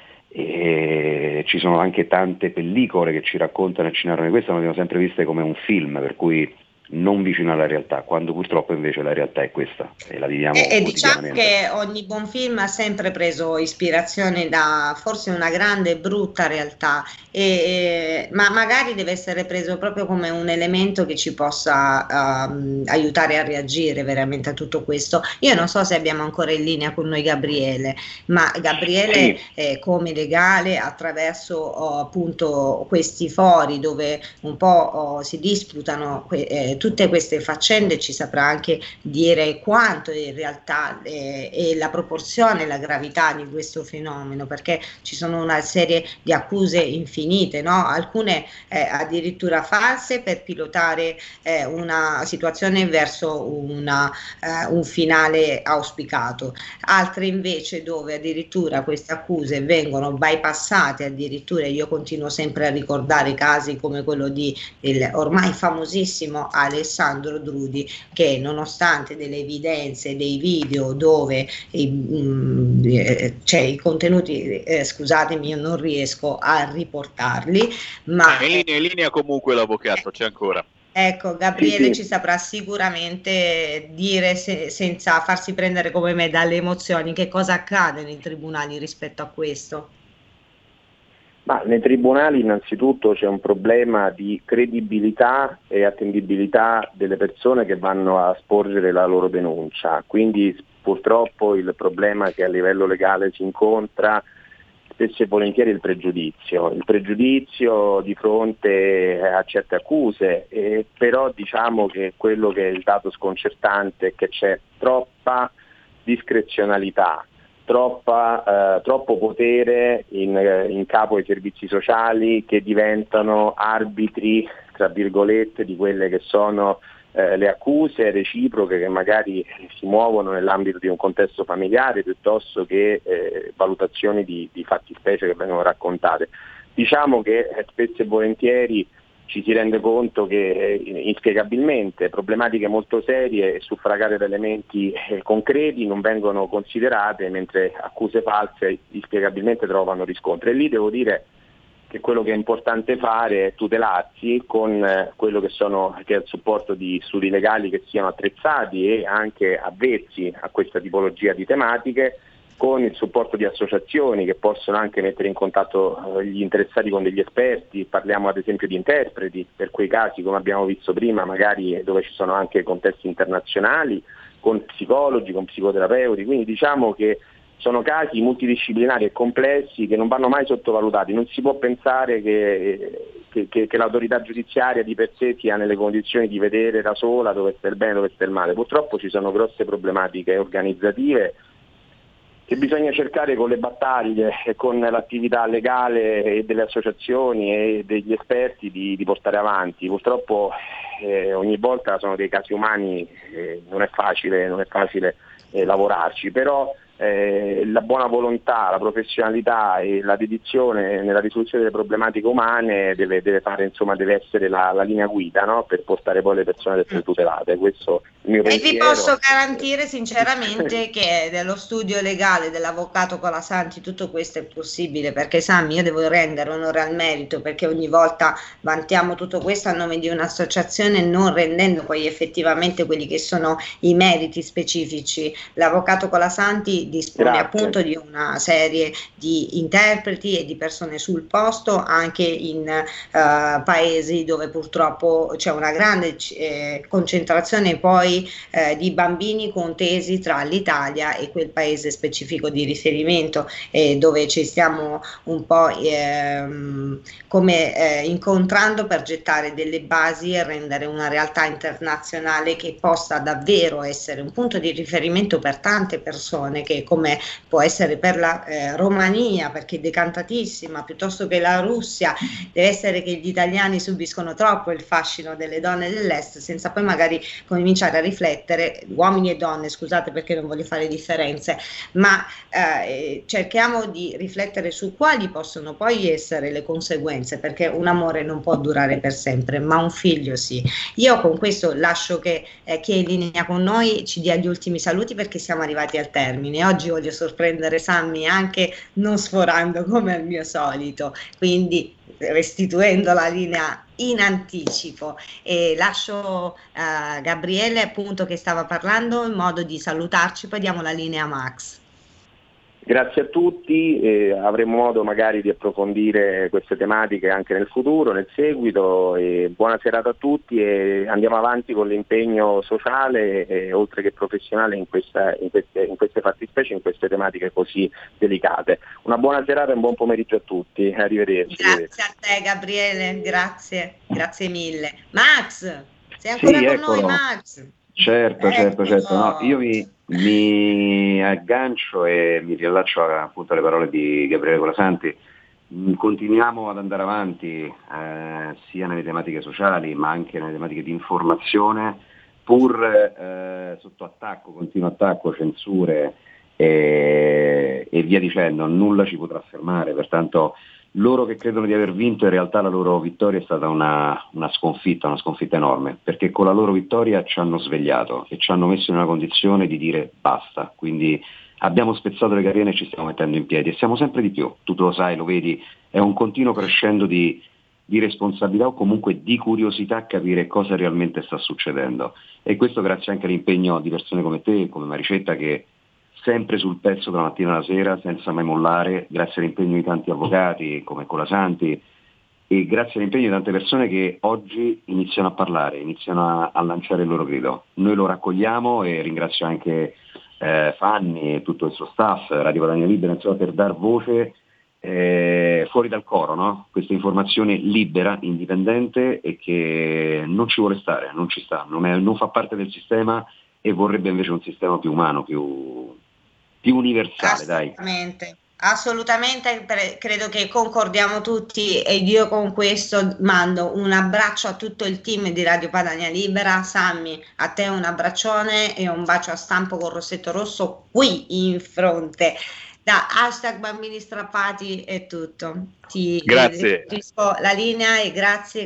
e ci sono anche tante pellicole che ci raccontano e ci narrano di questo, ma le abbiamo sempre viste come un film, per cui non vicino alla realtà, quando purtroppo invece la realtà è questa e la viviamo e diciamo quotidianamente. che ogni buon film ha sempre preso ispirazione da forse una grande e brutta realtà, ma magari deve essere preso proprio come un elemento che ci possa aiutare a reagire veramente a tutto questo. Io non so se abbiamo ancora in linea con noi Gabriele, ma Gabriele come legale, attraverso appunto questi fori dove un po' si disputano tutte queste faccende, ci saprà anche dire quanto in realtà è la proporzione, la gravità di questo fenomeno, perché ci sono una serie di accuse infinite, no? Alcune addirittura false per pilotare una situazione verso un finale auspicato, altre invece dove addirittura queste accuse vengono bypassate, addirittura io continuo sempre a ricordare casi come quello del ormai famosissimo Alessandro Drudi, che nonostante delle evidenze, dei video dove c'è i contenuti, scusatemi, io non riesco a riportarli, ma in linea comunque l'avvocato, c'è ancora. Ecco, Gabriele ci saprà sicuramente dire senza farsi prendere come me dalle emozioni che cosa accade nei tribunali rispetto a questo. Ma nei tribunali innanzitutto c'è un problema di credibilità e attendibilità delle persone che vanno a sporgere la loro denuncia, quindi purtroppo il problema che a livello legale si incontra spesso e volentieri è il pregiudizio di fronte a certe accuse, però diciamo che quello che è il dato sconcertante è che c'è troppa discrezionalità, troppo potere in capo ai servizi sociali, che diventano arbitri, tra virgolette, di quelle che sono le accuse reciproche che magari si muovono nell'ambito di un contesto familiare, piuttosto che valutazioni di fattispecie che vengono raccontate. Diciamo che spesso e volentieri ci si rende conto che inspiegabilmente problematiche molto serie e suffragate da elementi concreti non vengono considerate, mentre accuse false inspiegabilmente trovano riscontro. E lì devo dire che quello che è importante fare è tutelarsi con quello che è il supporto di studi legali che siano attrezzati e anche avvezzi a questa tipologia di tematiche, con il supporto di associazioni che possono anche mettere in contatto gli interessati con degli esperti. Parliamo ad esempio di interpreti per quei casi, come abbiamo visto prima, magari dove ci sono anche contesti internazionali, con psicologi, con psicoterapeuti, quindi diciamo che sono casi multidisciplinari e complessi che non vanno mai sottovalutati. Non si può pensare che l'autorità giudiziaria di per sé sia nelle condizioni di vedere da sola dove sta il bene e dove sta il male. Purtroppo ci sono grosse problematiche organizzative che bisogna cercare con le battaglie e con l'attività legale e delle associazioni e degli esperti di portare avanti. Purtroppo ogni volta sono dei casi umani, non è facile lavorarci, però la buona volontà, la professionalità e la dedizione nella risoluzione delle problematiche umane deve essere la linea guida, no? Per portare poi le persone ad essere tutelate. Questo è il mio pensiero. E vi posso garantire sinceramente che dello studio legale dell'avvocato Colasanti tutto questo è possibile, perché Sammy, io devo rendere onore al merito, perché ogni volta vantiamo tutto questo a nome di un'associazione, non rendendo poi effettivamente quelli che sono i meriti specifici. L'avvocato Colasanti dispone appunto di una serie di interpreti e di persone sul posto anche in paesi dove purtroppo c'è una grande concentrazione poi di bambini contesi tra l'Italia e quel paese specifico di riferimento, dove ci stiamo un po' incontrando per gettare delle basi e rendere una realtà internazionale che possa davvero essere un punto di riferimento per tante persone che come può essere per la Romania, perché è decantatissima, piuttosto che la Russia, deve essere che gli italiani subiscono troppo il fascino delle donne dell'est, senza poi magari cominciare a riflettere, uomini e donne, scusate perché non voglio fare differenze, ma cerchiamo di riflettere su quali possono poi essere le conseguenze, perché un amore non può durare per sempre, ma un figlio sì. Io con questo lascio che chi è in linea con noi ci dia gli ultimi saluti, perché siamo arrivati al termine. Oggi voglio sorprendere Sammy anche non sforando come al mio solito, quindi restituendo la linea in anticipo, e lascio Gabriele appunto che stava parlando in modo di salutarci, poi diamo la linea a Max. Grazie a tutti, avremo modo magari di approfondire queste tematiche anche nel futuro, nel seguito, e buona serata a tutti e andiamo avanti con l'impegno sociale oltre che professionale in queste fattispecie, in queste tematiche così delicate. Una buona serata e un buon pomeriggio a tutti, arrivederci. Grazie a te Gabriele, grazie mille. Max, sei ancora con noi Max? Certo. No, io mi aggancio e mi riallaccio appunto alle parole di Gabriele Colasanti. Continuiamo ad andare avanti sia nelle tematiche sociali ma anche nelle tematiche di informazione, pur sotto attacco, continuo attacco, censure e via dicendo. Nulla ci potrà fermare, pertanto loro che credono di aver vinto, in realtà la loro vittoria è stata una sconfitta enorme, perché con la loro vittoria ci hanno svegliato e ci hanno messo in una condizione di dire basta, quindi abbiamo spezzato le catene e ci stiamo mettendo in piedi e siamo sempre di più, tu lo sai, lo vedi, è un continuo crescendo di responsabilità o comunque di curiosità a capire cosa realmente sta succedendo, e questo grazie anche all'impegno di persone come te, come Maricetta, che sempre sul pezzo dalla mattina alla sera senza mai mollare, grazie all'impegno di tanti avvocati come Colasanti e grazie all'impegno di tante persone che oggi iniziano a parlare, iniziano a lanciare il loro grido. Noi lo raccogliamo e ringrazio anche Fanni e tutto il suo staff, Radio Padania Libera, insomma, per dar voce fuori dal coro, no? Questa informazione libera, indipendente e che non ci vuole stare, non ci sta, non fa parte del sistema e vorrebbe invece un sistema più umano, più universale. Assolutamente, credo che concordiamo tutti, e io con questo mando un abbraccio a tutto il team di Radio Padania Libera. Sammy, a te un abbraccione e un bacio a stampo con rossetto rosso qui in fronte. Da #bambini strappati è tutto. Ti restituisco la linea e grazie,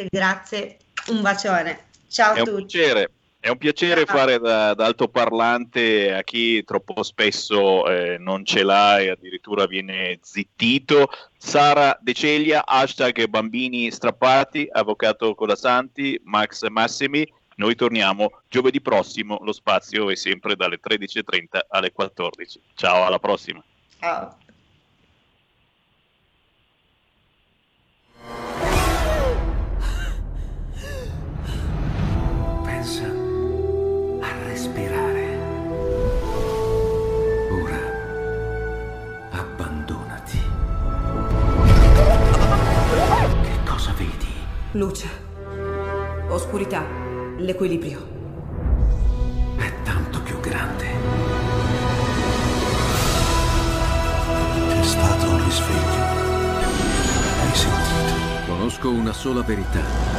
un bacione. Ciao a tutti. È un piacere fare da altoparlante a chi troppo spesso non ce l'ha e addirittura viene zittito. Sara De Ceglia, #bambini strappati, avvocato Colasanti, Max Massimi. Noi torniamo giovedì prossimo, lo spazio è sempre dalle 13:30 alle 14. Ciao, alla prossima. Ciao. Pensa a respirare. Ora abbandonati. Che cosa vedi? Luce, oscurità, l'equilibrio. È tanto più grande. È stato un risveglio. Hai sentito? Conosco una sola verità.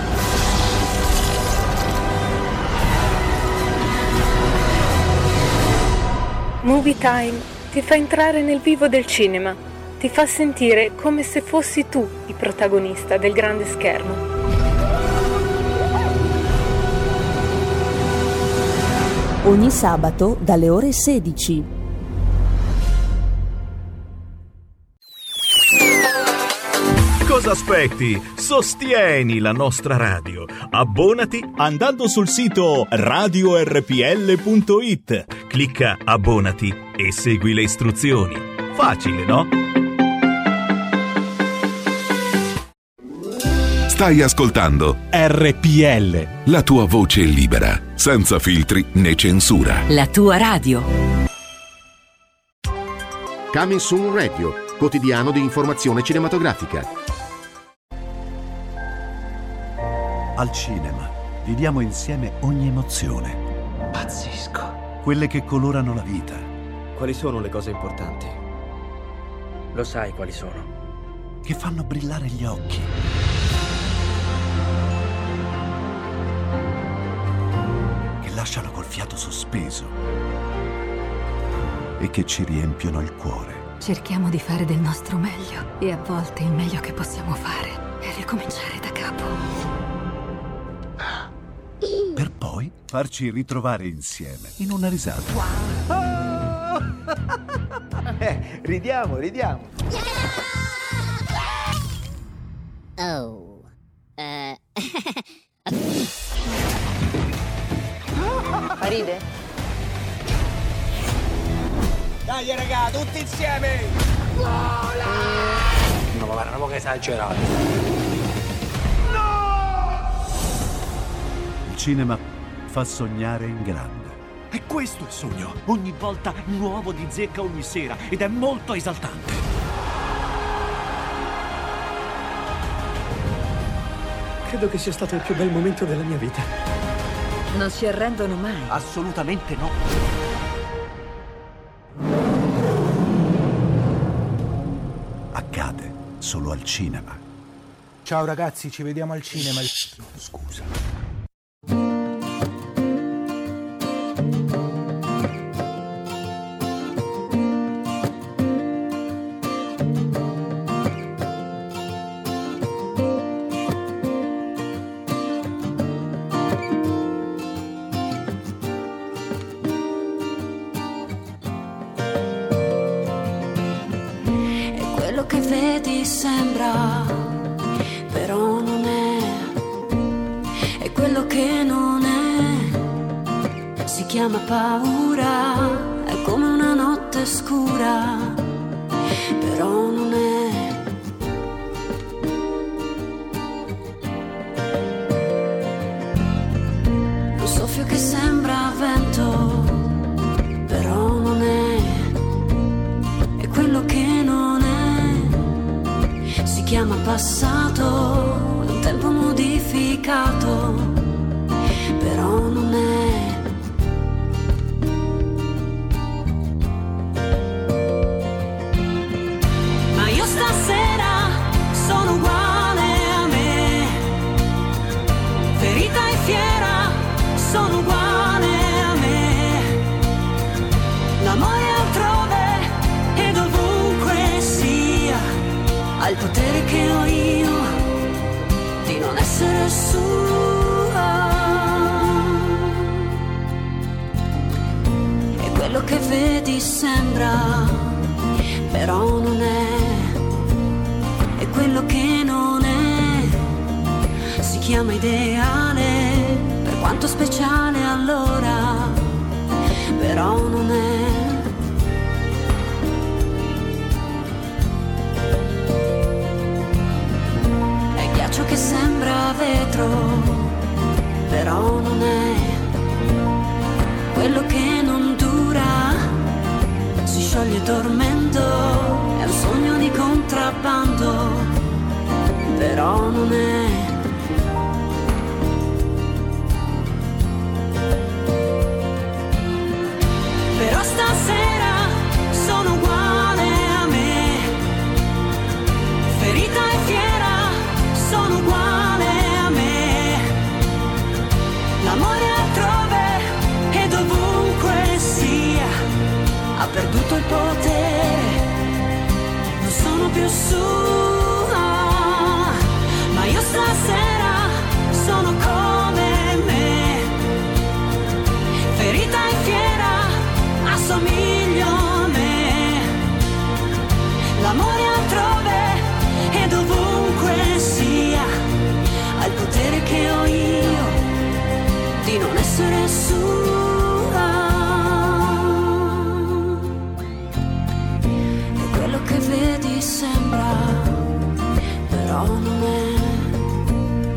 Movie Time ti fa entrare nel vivo del cinema, ti fa sentire come se fossi tu il protagonista del grande schermo. Ogni sabato dalle ore 16. Cosa aspetti? Sostieni la nostra radio. Abbonati andando sul sito radiorpl.it. Clicca abbonati e segui le istruzioni. Facile, no? Stai ascoltando RPL. La tua voce libera, senza filtri né censura. La tua radio. Coming Soon Radio, quotidiano di informazione cinematografica. Al cinema viviamo insieme ogni emozione. Pazzesco. Quelle che colorano la vita, quali sono le cose importanti. Lo sai quali sono. Che fanno brillare gli occhi. Che lasciano col fiato sospeso. E che ci riempiono il cuore. Cerchiamo di fare del nostro meglio e a volte il meglio che possiamo fare è ricominciare da capo. Per poi farci ritrovare insieme in una risata. Ridiamo. Oh. Ride? Dai raga, tutti insieme! Vola! No, ma guarda, che esagerato. Il cinema fa sognare in grande. E questo è il sogno. Ogni volta nuovo di zecca ogni sera ed è molto esaltante. Credo che sia stato il più bel momento della mia vita. Non si arrendono mai. Assolutamente no. Accade solo al cinema. Ciao ragazzi, ci vediamo al cinema. Scusa. Sembra, però non è quello che non è, si chiama paura, è come una notte scura, però non è. Un soffio che sembra vento, però non è quello che non è. Si chiama passato, è un tempo modificato, però non è. Ma io stasera sono uguale a me, ferita e fiera, sono uguale a me. L'amore altrove e dovunque sia, ha il potere che ho io di non essere sua. E quello che vedi sembra, però non è. E quello che non è si chiama ideale, per quanto speciale allora, però non è. Ciò che sembra vetro, però non è. Quello che non dura si scioglie dormendo, è un sogno di contrabbando, però non è. Però stasera sono uguale a me, ferita e fiera, sono uguale a me. L'amore altrove e dovunque sia, ha perduto il potere, non sono più sua. Ma io stasera sono come me, ferita e fiera, assomiglio a me. L'amore altrove e dovunque sia, ha il potere che ho io di non essere sua. E quello che vedi sembra, però non è.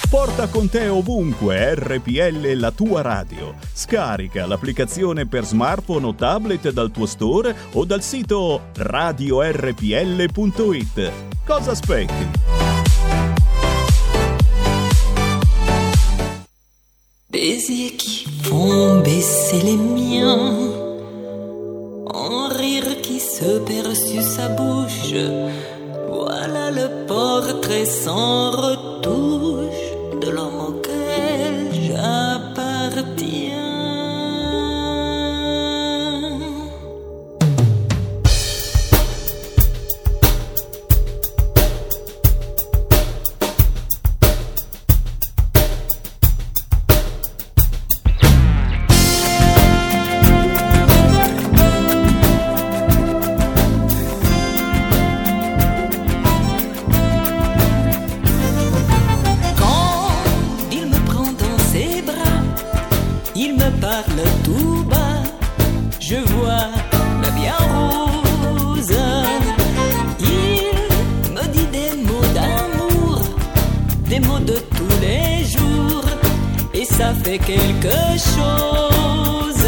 Porta con te ovunque RPL la tua radio. Scarica l'applicazione per smartphone o tablet dal tuo store o dal sito radiorpl.it. Cosa aspetti? Baisers qui font baisser les miens, un rire qui se perd sur sa bouche. Voilà le portrait sans retouche de l'homme auquel j'appartiens. Parle tout bas, je vois la vie en rose. Il me dit des mots d'amour, des mots de tous les jours, et ça fait quelque chose.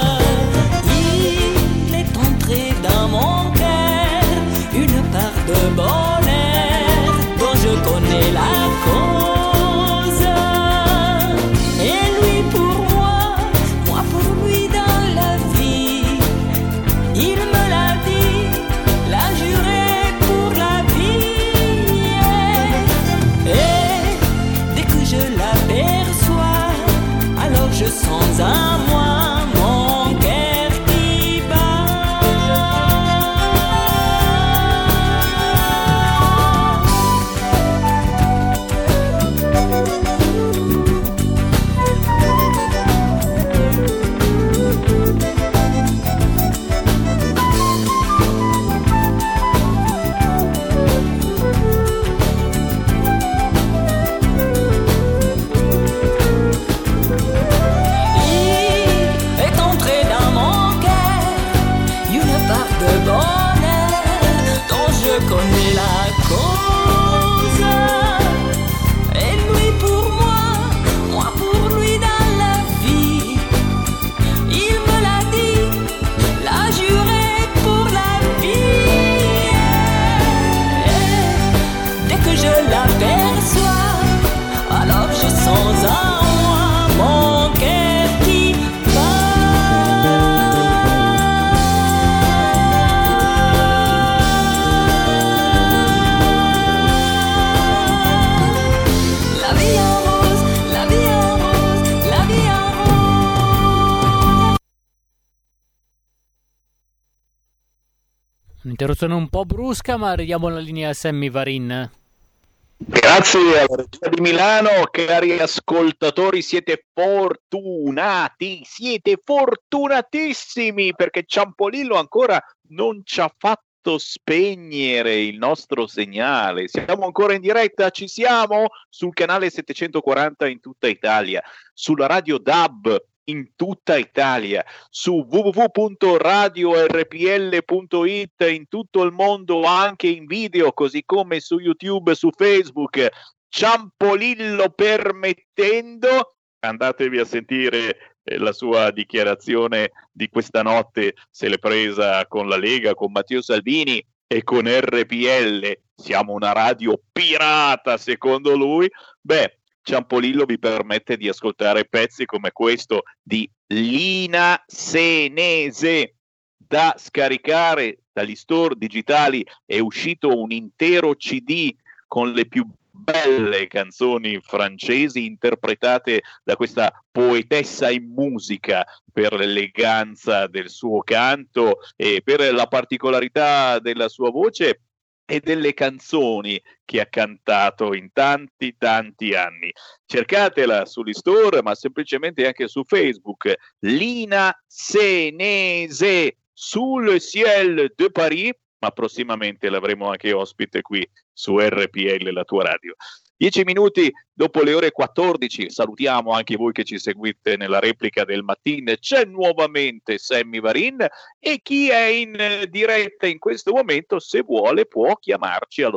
Il est entré dans mon cœur une part de bonheur dont je connais la cause. Je sens à moi mon cœur qui bat. Je connais la cause. Et lui pour moi pour lui dans la vie. Il me l'a dit, l'a juré pour la vie. Et dès que je l'aperçois, alors je sens en moi mon cœur qui Un'interruzione un po' brusca, ma arriviamo alla linea Sammy Varin. Grazie alla Regia di Milano, cari ascoltatori, siete fortunatissimi, perché Ciampolillo ancora non ci ha fatto spegnere il nostro segnale. Siamo ancora in diretta, ci siamo sul canale 740 in tutta Italia, sulla radio DAB in tutta Italia, su www.radiorpl.it in tutto il mondo, anche in video, così come su YouTube, su Facebook. Ciampolillo permettendo, andatevi a sentire la sua dichiarazione di questa notte, se l'è presa con la Lega, con Matteo Salvini e con RPL. Siamo una radio pirata, secondo lui. Beh, Ciampolillo vi permette di ascoltare pezzi come questo di Lina Senese, da scaricare dagli store digitali. È uscito un intero CD con le più belle canzoni francesi interpretate da questa poetessa in musica, per l'eleganza del suo canto e per la particolarità della sua voce e delle canzoni che ha cantato in tanti anni. Cercatela sugli store, ma semplicemente anche su Facebook. Lina Senese, sul ciel de Paris, ma prossimamente l'avremo anche ospite qui su RPL, la tua radio. 10 minuti dopo le ore 14, salutiamo anche voi che ci seguite nella replica del mattino, c'è nuovamente Sammy Varin e chi è in diretta in questo momento, se vuole, può chiamarci allo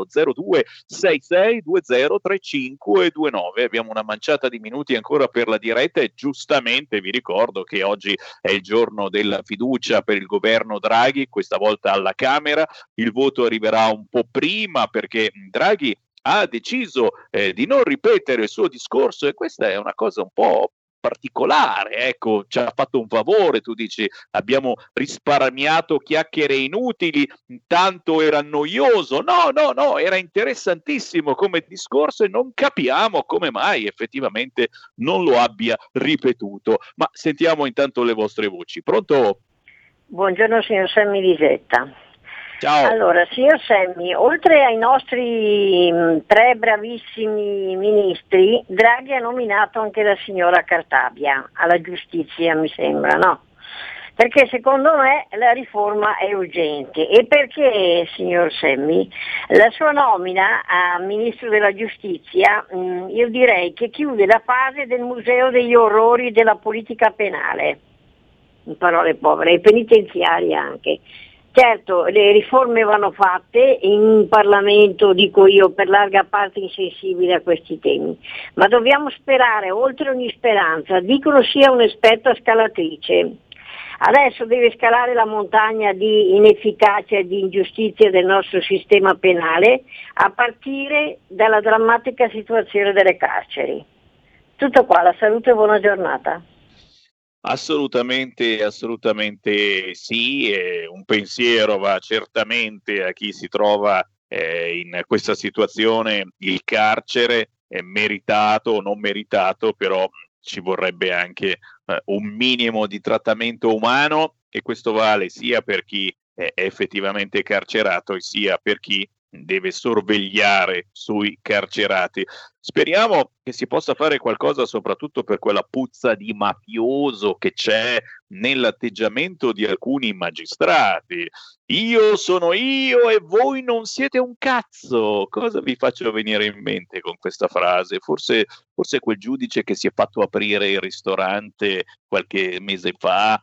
0266203529. Abbiamo una manciata di minuti ancora per la diretta e giustamente vi ricordo che oggi è il giorno della fiducia per il governo Draghi, questa volta alla Camera. Il voto arriverà un po' prima perché Draghi ha deciso di non ripetere il suo discorso e questa è una cosa un po' particolare, ecco, ci ha fatto un favore, tu dici abbiamo risparmiato chiacchiere inutili, tanto era noioso, no, era interessantissimo come discorso e non capiamo come mai effettivamente non lo abbia ripetuto, ma sentiamo intanto le vostre voci. Pronto? Buongiorno signor Sammy Lisetta. Ciao. Allora, signor Sammy, oltre ai nostri 3 bravissimi ministri, Draghi ha nominato anche la signora Cartabia alla giustizia, mi sembra, no? Perché secondo me la riforma è urgente. E perché, signor Sammy, la sua nomina a ministro della giustizia, io direi che chiude la fase del museo degli orrori della politica penale, in parole povere, e penitenziaria anche. Certo, le riforme vanno fatte, in Parlamento, dico io, per larga parte insensibile a questi temi, ma dobbiamo sperare, oltre ogni speranza, dicono sia un'esperta scalatrice. Adesso deve scalare la montagna di inefficacia e di ingiustizia del nostro sistema penale, a partire dalla drammatica situazione delle carceri. Tutto qua, la salute e buona giornata. Assolutamente sì, un pensiero va certamente a chi si trova in questa situazione, il carcere è meritato o non meritato, però ci vorrebbe anche un minimo di trattamento umano e questo vale sia per chi è effettivamente carcerato e sia per chi deve sorvegliare sui carcerati. Speriamo che si possa fare qualcosa soprattutto per quella puzza di mafioso che c'è nell'atteggiamento di alcuni magistrati. Io sono io e voi non siete un cazzo. Cosa vi faccio venire in mente con questa frase? Forse quel giudice che si è fatto aprire il ristorante qualche mese fa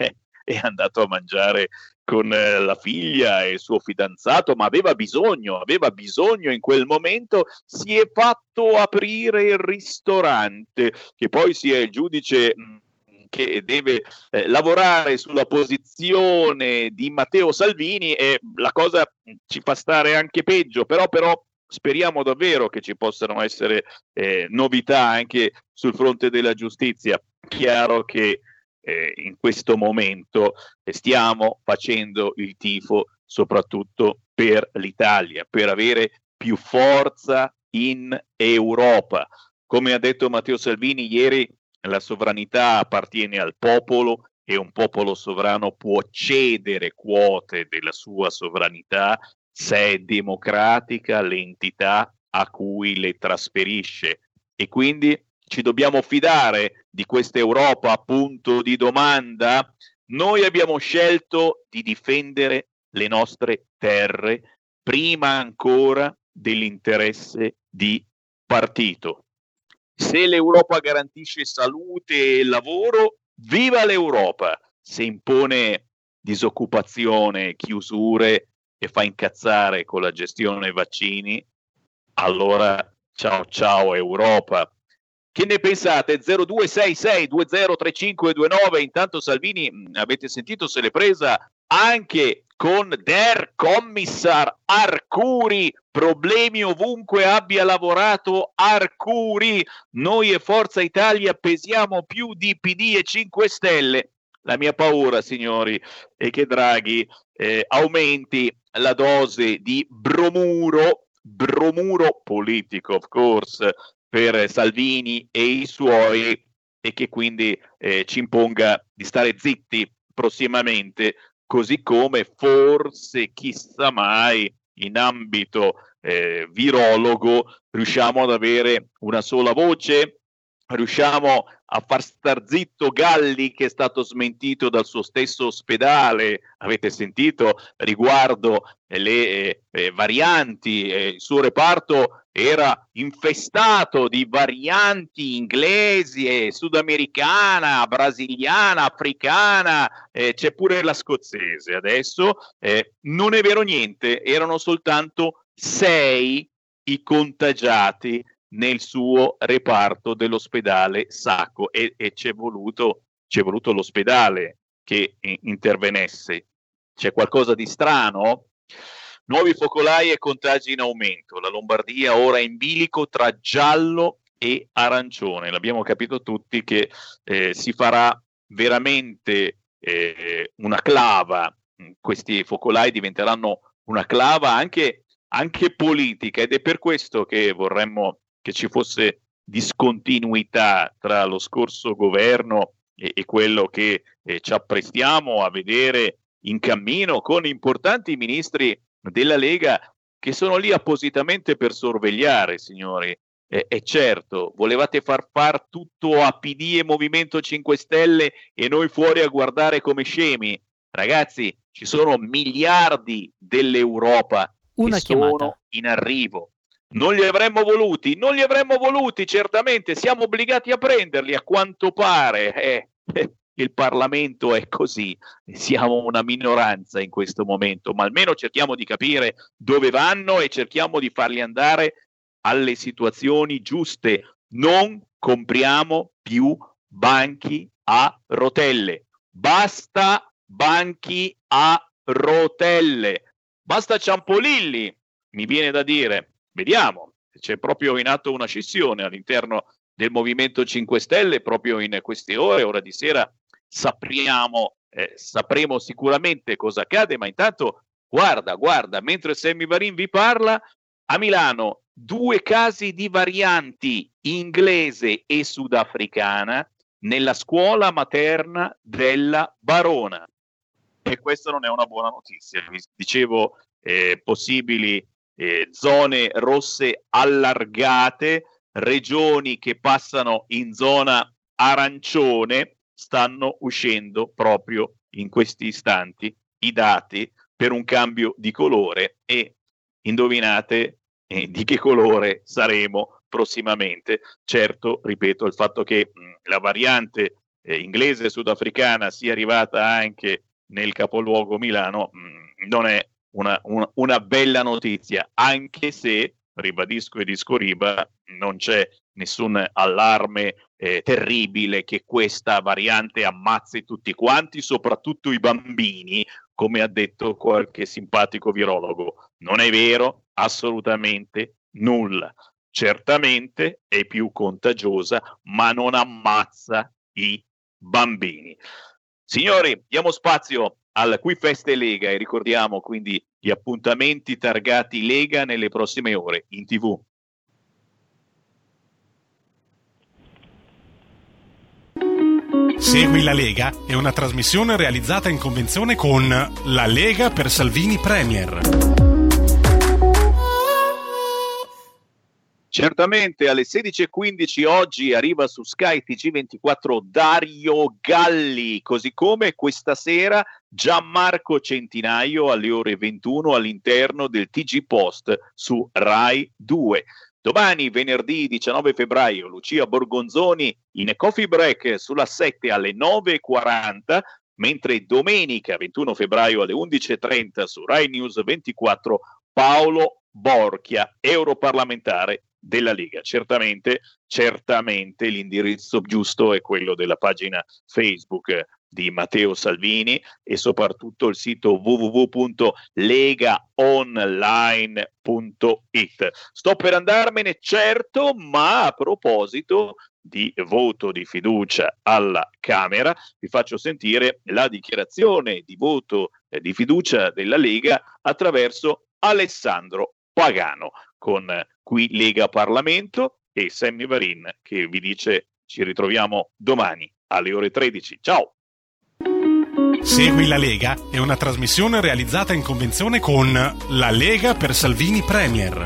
è andato a mangiare con la figlia e il suo fidanzato, ma aveva bisogno in quel momento, si è fatto aprire il ristorante, che poi sia il giudice che deve lavorare sulla posizione di Matteo Salvini e la cosa ci fa stare anche peggio, però speriamo davvero che ci possano essere novità anche sul fronte della giustizia. Chiaro che in questo momento stiamo facendo il tifo soprattutto per l'Italia, per avere più forza in Europa. Come ha detto Matteo Salvini ieri, la sovranità appartiene al popolo e un popolo sovrano può cedere quote della sua sovranità se è democratica l'entità a cui le trasferisce e quindi ci dobbiamo fidare di questa Europa, punto di domanda? Noi abbiamo scelto di difendere le nostre terre prima ancora dell'interesse di partito. Se l'Europa garantisce salute e lavoro, viva l'Europa! Se impone disoccupazione, chiusure e fa incazzare con la gestione vaccini, allora ciao Europa! Che ne pensate? 0266203529. Intanto Salvini, avete sentito, se l'è presa anche con der Kommissar Arcuri, problemi ovunque abbia lavorato Arcuri. Noi e Forza Italia pesiamo più di PD e 5 Stelle. La mia paura, signori, è che Draghi aumenti la dose di bromuro politico, of course, per Salvini e i suoi e che quindi ci imponga di stare zitti prossimamente, così come forse, chissà mai, in ambito virologo riusciamo ad avere una sola voce, riusciamo a far star zitto Galli, che è stato smentito dal suo stesso ospedale. Avete sentito riguardo le varianti, il suo reparto era infestato di varianti inglesi, sudamericana, brasiliana, africana, c'è pure la scozzese adesso. Non è vero niente, erano soltanto 6 i contagiati nel suo reparto dell'ospedale Sacco, e c'è voluto l'ospedale che intervenisse. C'è qualcosa di strano? Nuovi focolai e contagi in aumento. La Lombardia ora è in bilico tra giallo e arancione. L'abbiamo capito tutti che si farà veramente una clava. Questi focolai diventeranno una clava anche politica, ed è per questo che vorremmo che ci fosse discontinuità tra lo scorso governo e quello che ci apprestiamo a vedere in cammino, con importanti ministri della Lega che sono lì appositamente per sorvegliare, signori. E certo, volevate far tutto a PD e Movimento 5 Stelle e noi fuori a guardare come scemi. Ragazzi, ci sono miliardi dell'Europa che sono in arrivo. Non li avremmo voluti, certamente, siamo obbligati a prenderli, a quanto pare. Il Parlamento è così, siamo una minoranza in questo momento, ma almeno cerchiamo di capire dove vanno e cerchiamo di farli andare alle situazioni giuste. Non compriamo più banchi a rotelle, basta banchi a rotelle, basta Ciampolilli, mi viene da dire. Vediamo, c'è proprio in atto una scissione all'interno del Movimento 5 Stelle proprio in queste ore di sera sapremo sicuramente cosa accade, ma intanto guarda, mentre Sammy Varin vi parla, a Milano 2 casi di varianti inglese e sudafricana nella scuola materna della Barona, e questa non è una buona notizia. Vi dicevo possibili zone rosse allargate, regioni che passano in zona arancione. Stanno uscendo proprio in questi istanti i dati per un cambio di colore, e indovinate di che colore saremo prossimamente. Certo, ripeto, il fatto che la variante inglese sudafricana sia arrivata anche nel capoluogo Milano non è una bella notizia, anche se, ribadisco e discoriba, non c'è nessun allarme terribile che questa variante ammazzi tutti quanti, soprattutto i bambini, come ha detto qualche simpatico virologo. Non è vero, assolutamente nulla. Certamente è più contagiosa, ma non ammazza i bambini. Signori, diamo spazio al Qui Feste Lega e ricordiamo quindi gli appuntamenti targati Lega nelle prossime ore in TV. Segui la Lega è una trasmissione realizzata in convenzione con La Lega per Salvini Premier. Certamente alle 16:15 oggi arriva su Sky TG24 Dario Galli, così come questa sera Gianmarco Centinaio alle ore 21 all'interno del TG Post su Rai 2. Domani, venerdì 19 febbraio, Lucia Borgonzoni in Coffee Break sulla 7 alle 9:40, mentre domenica 21 febbraio alle 11:30 su Rai News 24 Paolo Borchia, europarlamentare della Lega. Certamente l'indirizzo giusto è quello della pagina Facebook di Matteo Salvini e soprattutto il sito www.legaonline.it. Sto per andarmene, certo, ma a proposito di voto di fiducia alla Camera, vi faccio sentire la dichiarazione di voto di fiducia della Lega attraverso Alessandro Pagano, con Qui Lega Parlamento e Sammy Varin che vi dice ci ritroviamo domani alle ore 13. Ciao! Segui la Lega è una trasmissione realizzata in convenzione con La Lega per Salvini Premier.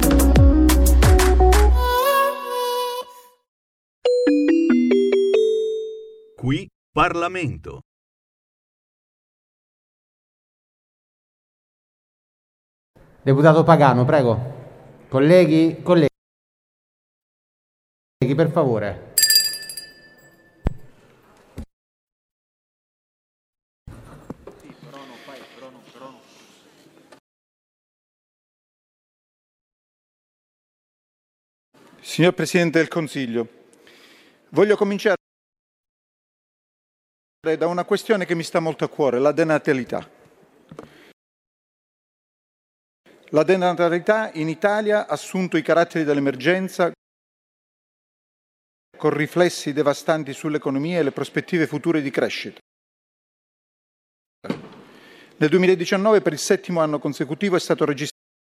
Qui Parlamento. Deputato Pagano, prego. Colleghi, per favore. Signor Presidente del Consiglio, voglio cominciare da una questione che mi sta molto a cuore, la denatalità. La denatalità in Italia ha assunto i caratteri dell'emergenza con riflessi devastanti sull'economia e le prospettive future di crescita. Nel 2019, per il 7° anno consecutivo, è stato registrato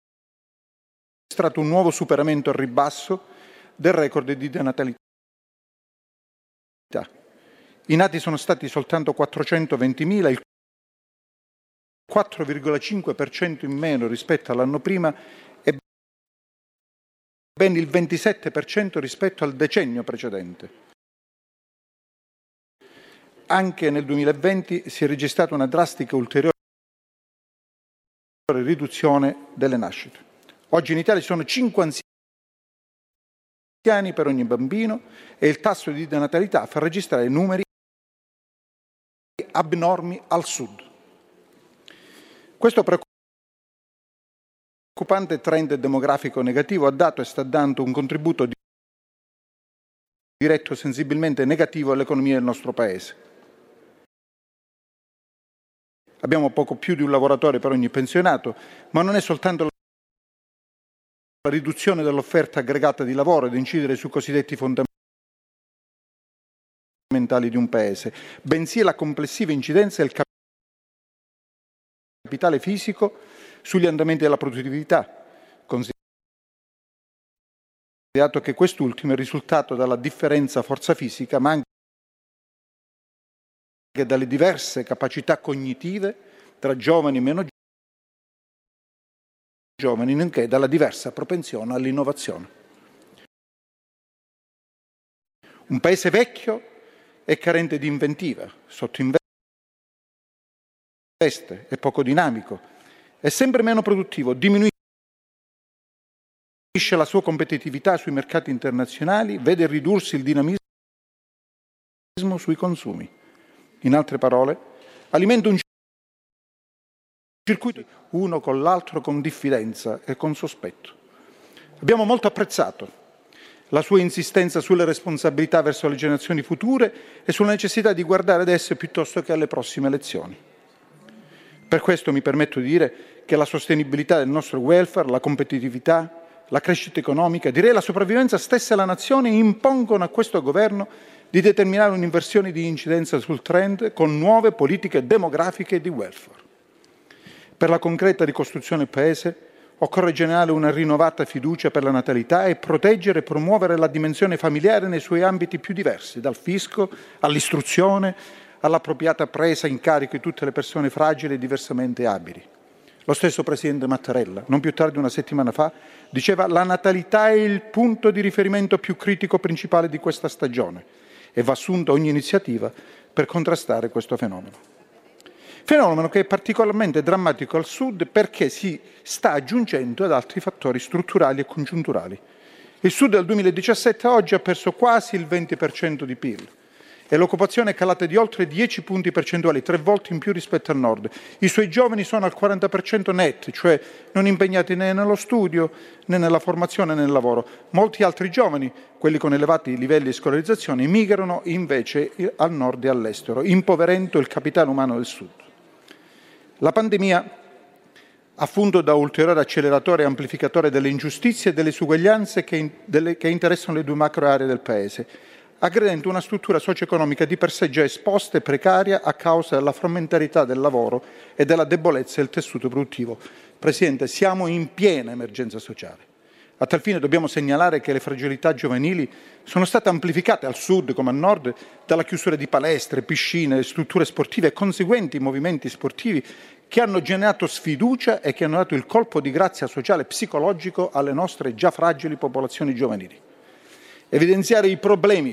un nuovo superamento al ribasso del record di denatalità. I nati sono stati soltanto 420.000, il 4,5% in meno rispetto all'anno prima e ben il 27% rispetto al decennio precedente. Anche nel 2020 si è registrata una drastica ulteriore riduzione delle nascite. Oggi in Italia ci sono 5 anziani per ogni bambino e il tasso di denatalità fa registrare numeri abnormi al sud. Questo preoccupante trend demografico negativo ha dato e sta dando un contributo diretto sensibilmente negativo all'economia del nostro Paese. Abbiamo poco più di un lavoratore per ogni pensionato, ma non è soltanto la riduzione dell'offerta aggregata di lavoro ad incidere sui cosiddetti fondamentali di un Paese, bensì la complessiva incidenza del capitale fisico sugli andamenti della produttività, considerato che quest'ultimo è risultato dalla differenza forza fisica, ma anche dalle diverse capacità cognitive tra giovani e meno giovani, nonché dalla diversa propensione all'innovazione. Un Paese vecchio è carente di inventiva, sottoinveste, è poco dinamico, è sempre meno produttivo, diminuisce la sua competitività sui mercati internazionali, vede ridursi il dinamismo sui consumi. In altre parole, alimenta un circuito uno con l'altro con diffidenza e con sospetto. Abbiamo molto apprezzato la sua insistenza sulle responsabilità verso le generazioni future e sulla necessità di guardare ad esse piuttosto che alle prossime elezioni. Per questo mi permetto di dire che la sostenibilità del nostro welfare, la competitività, la crescita economica, direi la sopravvivenza stessa della nazione impongono a questo governo di determinare un'inversione di incidenza sul trend con nuove politiche demografiche e di welfare. Per la concreta ricostruzione del Paese occorre generare una rinnovata fiducia per la natalità e proteggere e promuovere la dimensione familiare nei suoi ambiti più diversi, dal fisco all'istruzione, all'appropriata presa in carico di tutte le persone fragili e diversamente abili. Lo stesso Presidente Mattarella, non più tardi di una settimana fa, diceva: la natalità è il punto di riferimento più critico principale di questa stagione e va assunta ogni iniziativa per contrastare questo fenomeno. Fenomeno che è particolarmente drammatico al Sud perché si sta aggiungendo ad altri fattori strutturali e congiunturali. Il Sud dal 2017 a oggi ha perso quasi il 20% di PIL e l'occupazione è calata di oltre 10 punti percentuali, 3 volte in più rispetto al Nord. I suoi giovani sono al 40% net, cioè non impegnati né nello studio, né nella formazione, né nel lavoro. Molti altri giovani, quelli con elevati livelli di scolarizzazione, migrano invece al Nord e all'estero, impoverendo il capitale umano del Sud. La pandemia ha funto da ulteriore acceleratore e amplificatore delle ingiustizie e delle disuguaglianze che interessano le due macro aree del Paese, aggredendo una struttura socio-economica di per sé già esposta e precaria a causa della frammentarietà del lavoro e della debolezza del tessuto produttivo. Presidente, siamo in piena emergenza sociale. A tal fine dobbiamo segnalare che le fragilità giovanili sono state amplificate al Sud come al Nord dalla chiusura di palestre, piscine, strutture sportive e conseguenti movimenti sportivi che hanno generato sfiducia e che hanno dato il colpo di grazia sociale e psicologico alle nostre già fragili popolazioni giovanili. Evidenziare i problemi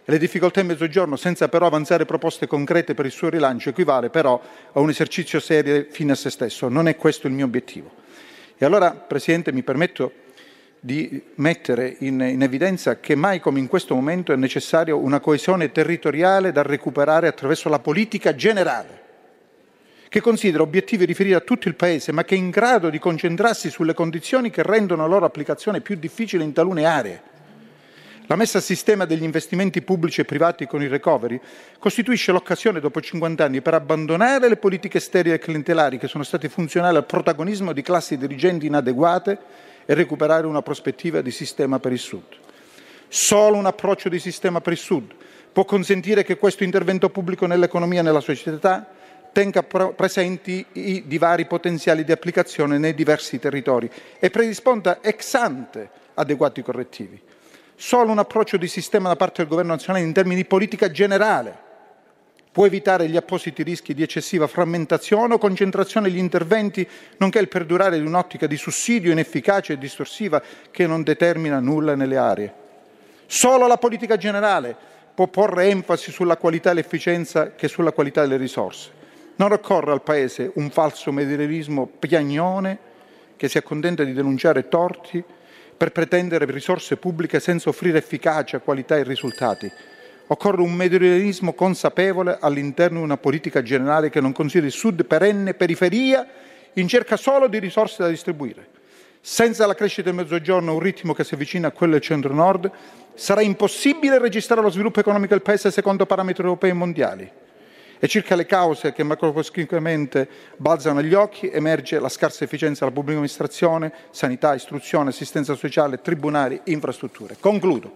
e le difficoltà in Mezzogiorno senza però avanzare proposte concrete per il suo rilancio equivale però a un esercizio serio fine a se stesso. Non è questo il mio obiettivo. E allora, Presidente, mi permetto di mettere in evidenza che mai come in questo momento è necessario una coesione territoriale da recuperare attraverso la politica generale, che considera obiettivi riferiti a tutto il Paese, ma che è in grado di concentrarsi sulle condizioni che rendono la loro applicazione più difficile in talune aree. La messa a sistema degli investimenti pubblici e privati con il recovery costituisce l'occasione dopo 50 anni per abbandonare le politiche sterili e clientelari che sono state funzionali al protagonismo di classi dirigenti inadeguate e recuperare una prospettiva di sistema per il Sud. Solo un approccio di sistema per il Sud può consentire che questo intervento pubblico nell'economia e nella società tenga presenti i divari potenziali di applicazione nei diversi territori e predisponga ex ante adeguati correttivi. Solo un approccio di sistema da parte del Governo nazionale in termini di politica generale può evitare gli appositi rischi di eccessiva frammentazione o concentrazione degli interventi, nonché il perdurare di un'ottica di sussidio inefficace e distorsiva che non determina nulla nelle aree. Solo la politica generale può porre enfasi sulla qualità e l'efficienza che sulla qualità delle risorse. Non occorre al Paese un falso meridionalismo piagnone che si accontenta di denunciare torti per pretendere risorse pubbliche senza offrire efficacia, qualità e risultati. Occorre un meridionalismo consapevole all'interno di una politica generale che non consideri il Sud perenne periferia in cerca solo di risorse da distribuire. Senza la crescita del Mezzogiorno a un ritmo che si avvicina a quello del Centro-Nord, sarà impossibile registrare lo sviluppo economico del Paese secondo parametri europei e mondiali. E circa le cause che macroscopicamente balzano agli occhi emerge la scarsa efficienza della pubblica amministrazione, sanità, istruzione, assistenza sociale, tribunali, infrastrutture. Concludo.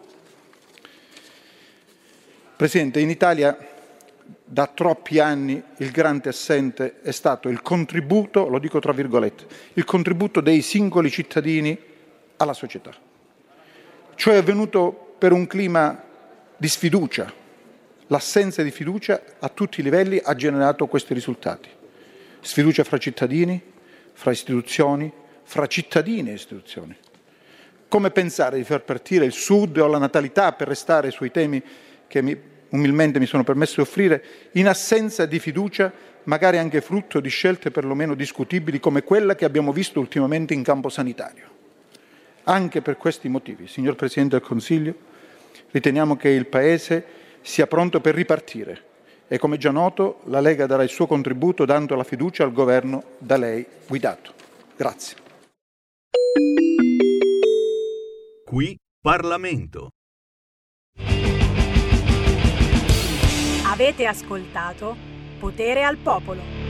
Presidente, in Italia da troppi anni il grande assente è stato il contributo, lo dico tra virgolette, il contributo dei singoli cittadini alla società. Ciò è avvenuto per un clima di sfiducia. L'assenza di fiducia a tutti i livelli ha generato questi risultati. Sfiducia fra cittadini, fra istituzioni, fra cittadini e istituzioni. Come pensare di far partire il Sud o la natalità, per restare sui temi che umilmente mi sono permesso di offrire, in assenza di fiducia, magari anche frutto di scelte perlomeno discutibili come quella che abbiamo visto ultimamente in campo sanitario. Anche per questi motivi, signor Presidente del Consiglio, riteniamo che il Paese sia pronto per ripartire e, come già noto, la Lega darà il suo contributo dando la fiducia al governo da lei guidato. Grazie. Qui Parlamento. Avete ascoltato Potere al Popolo.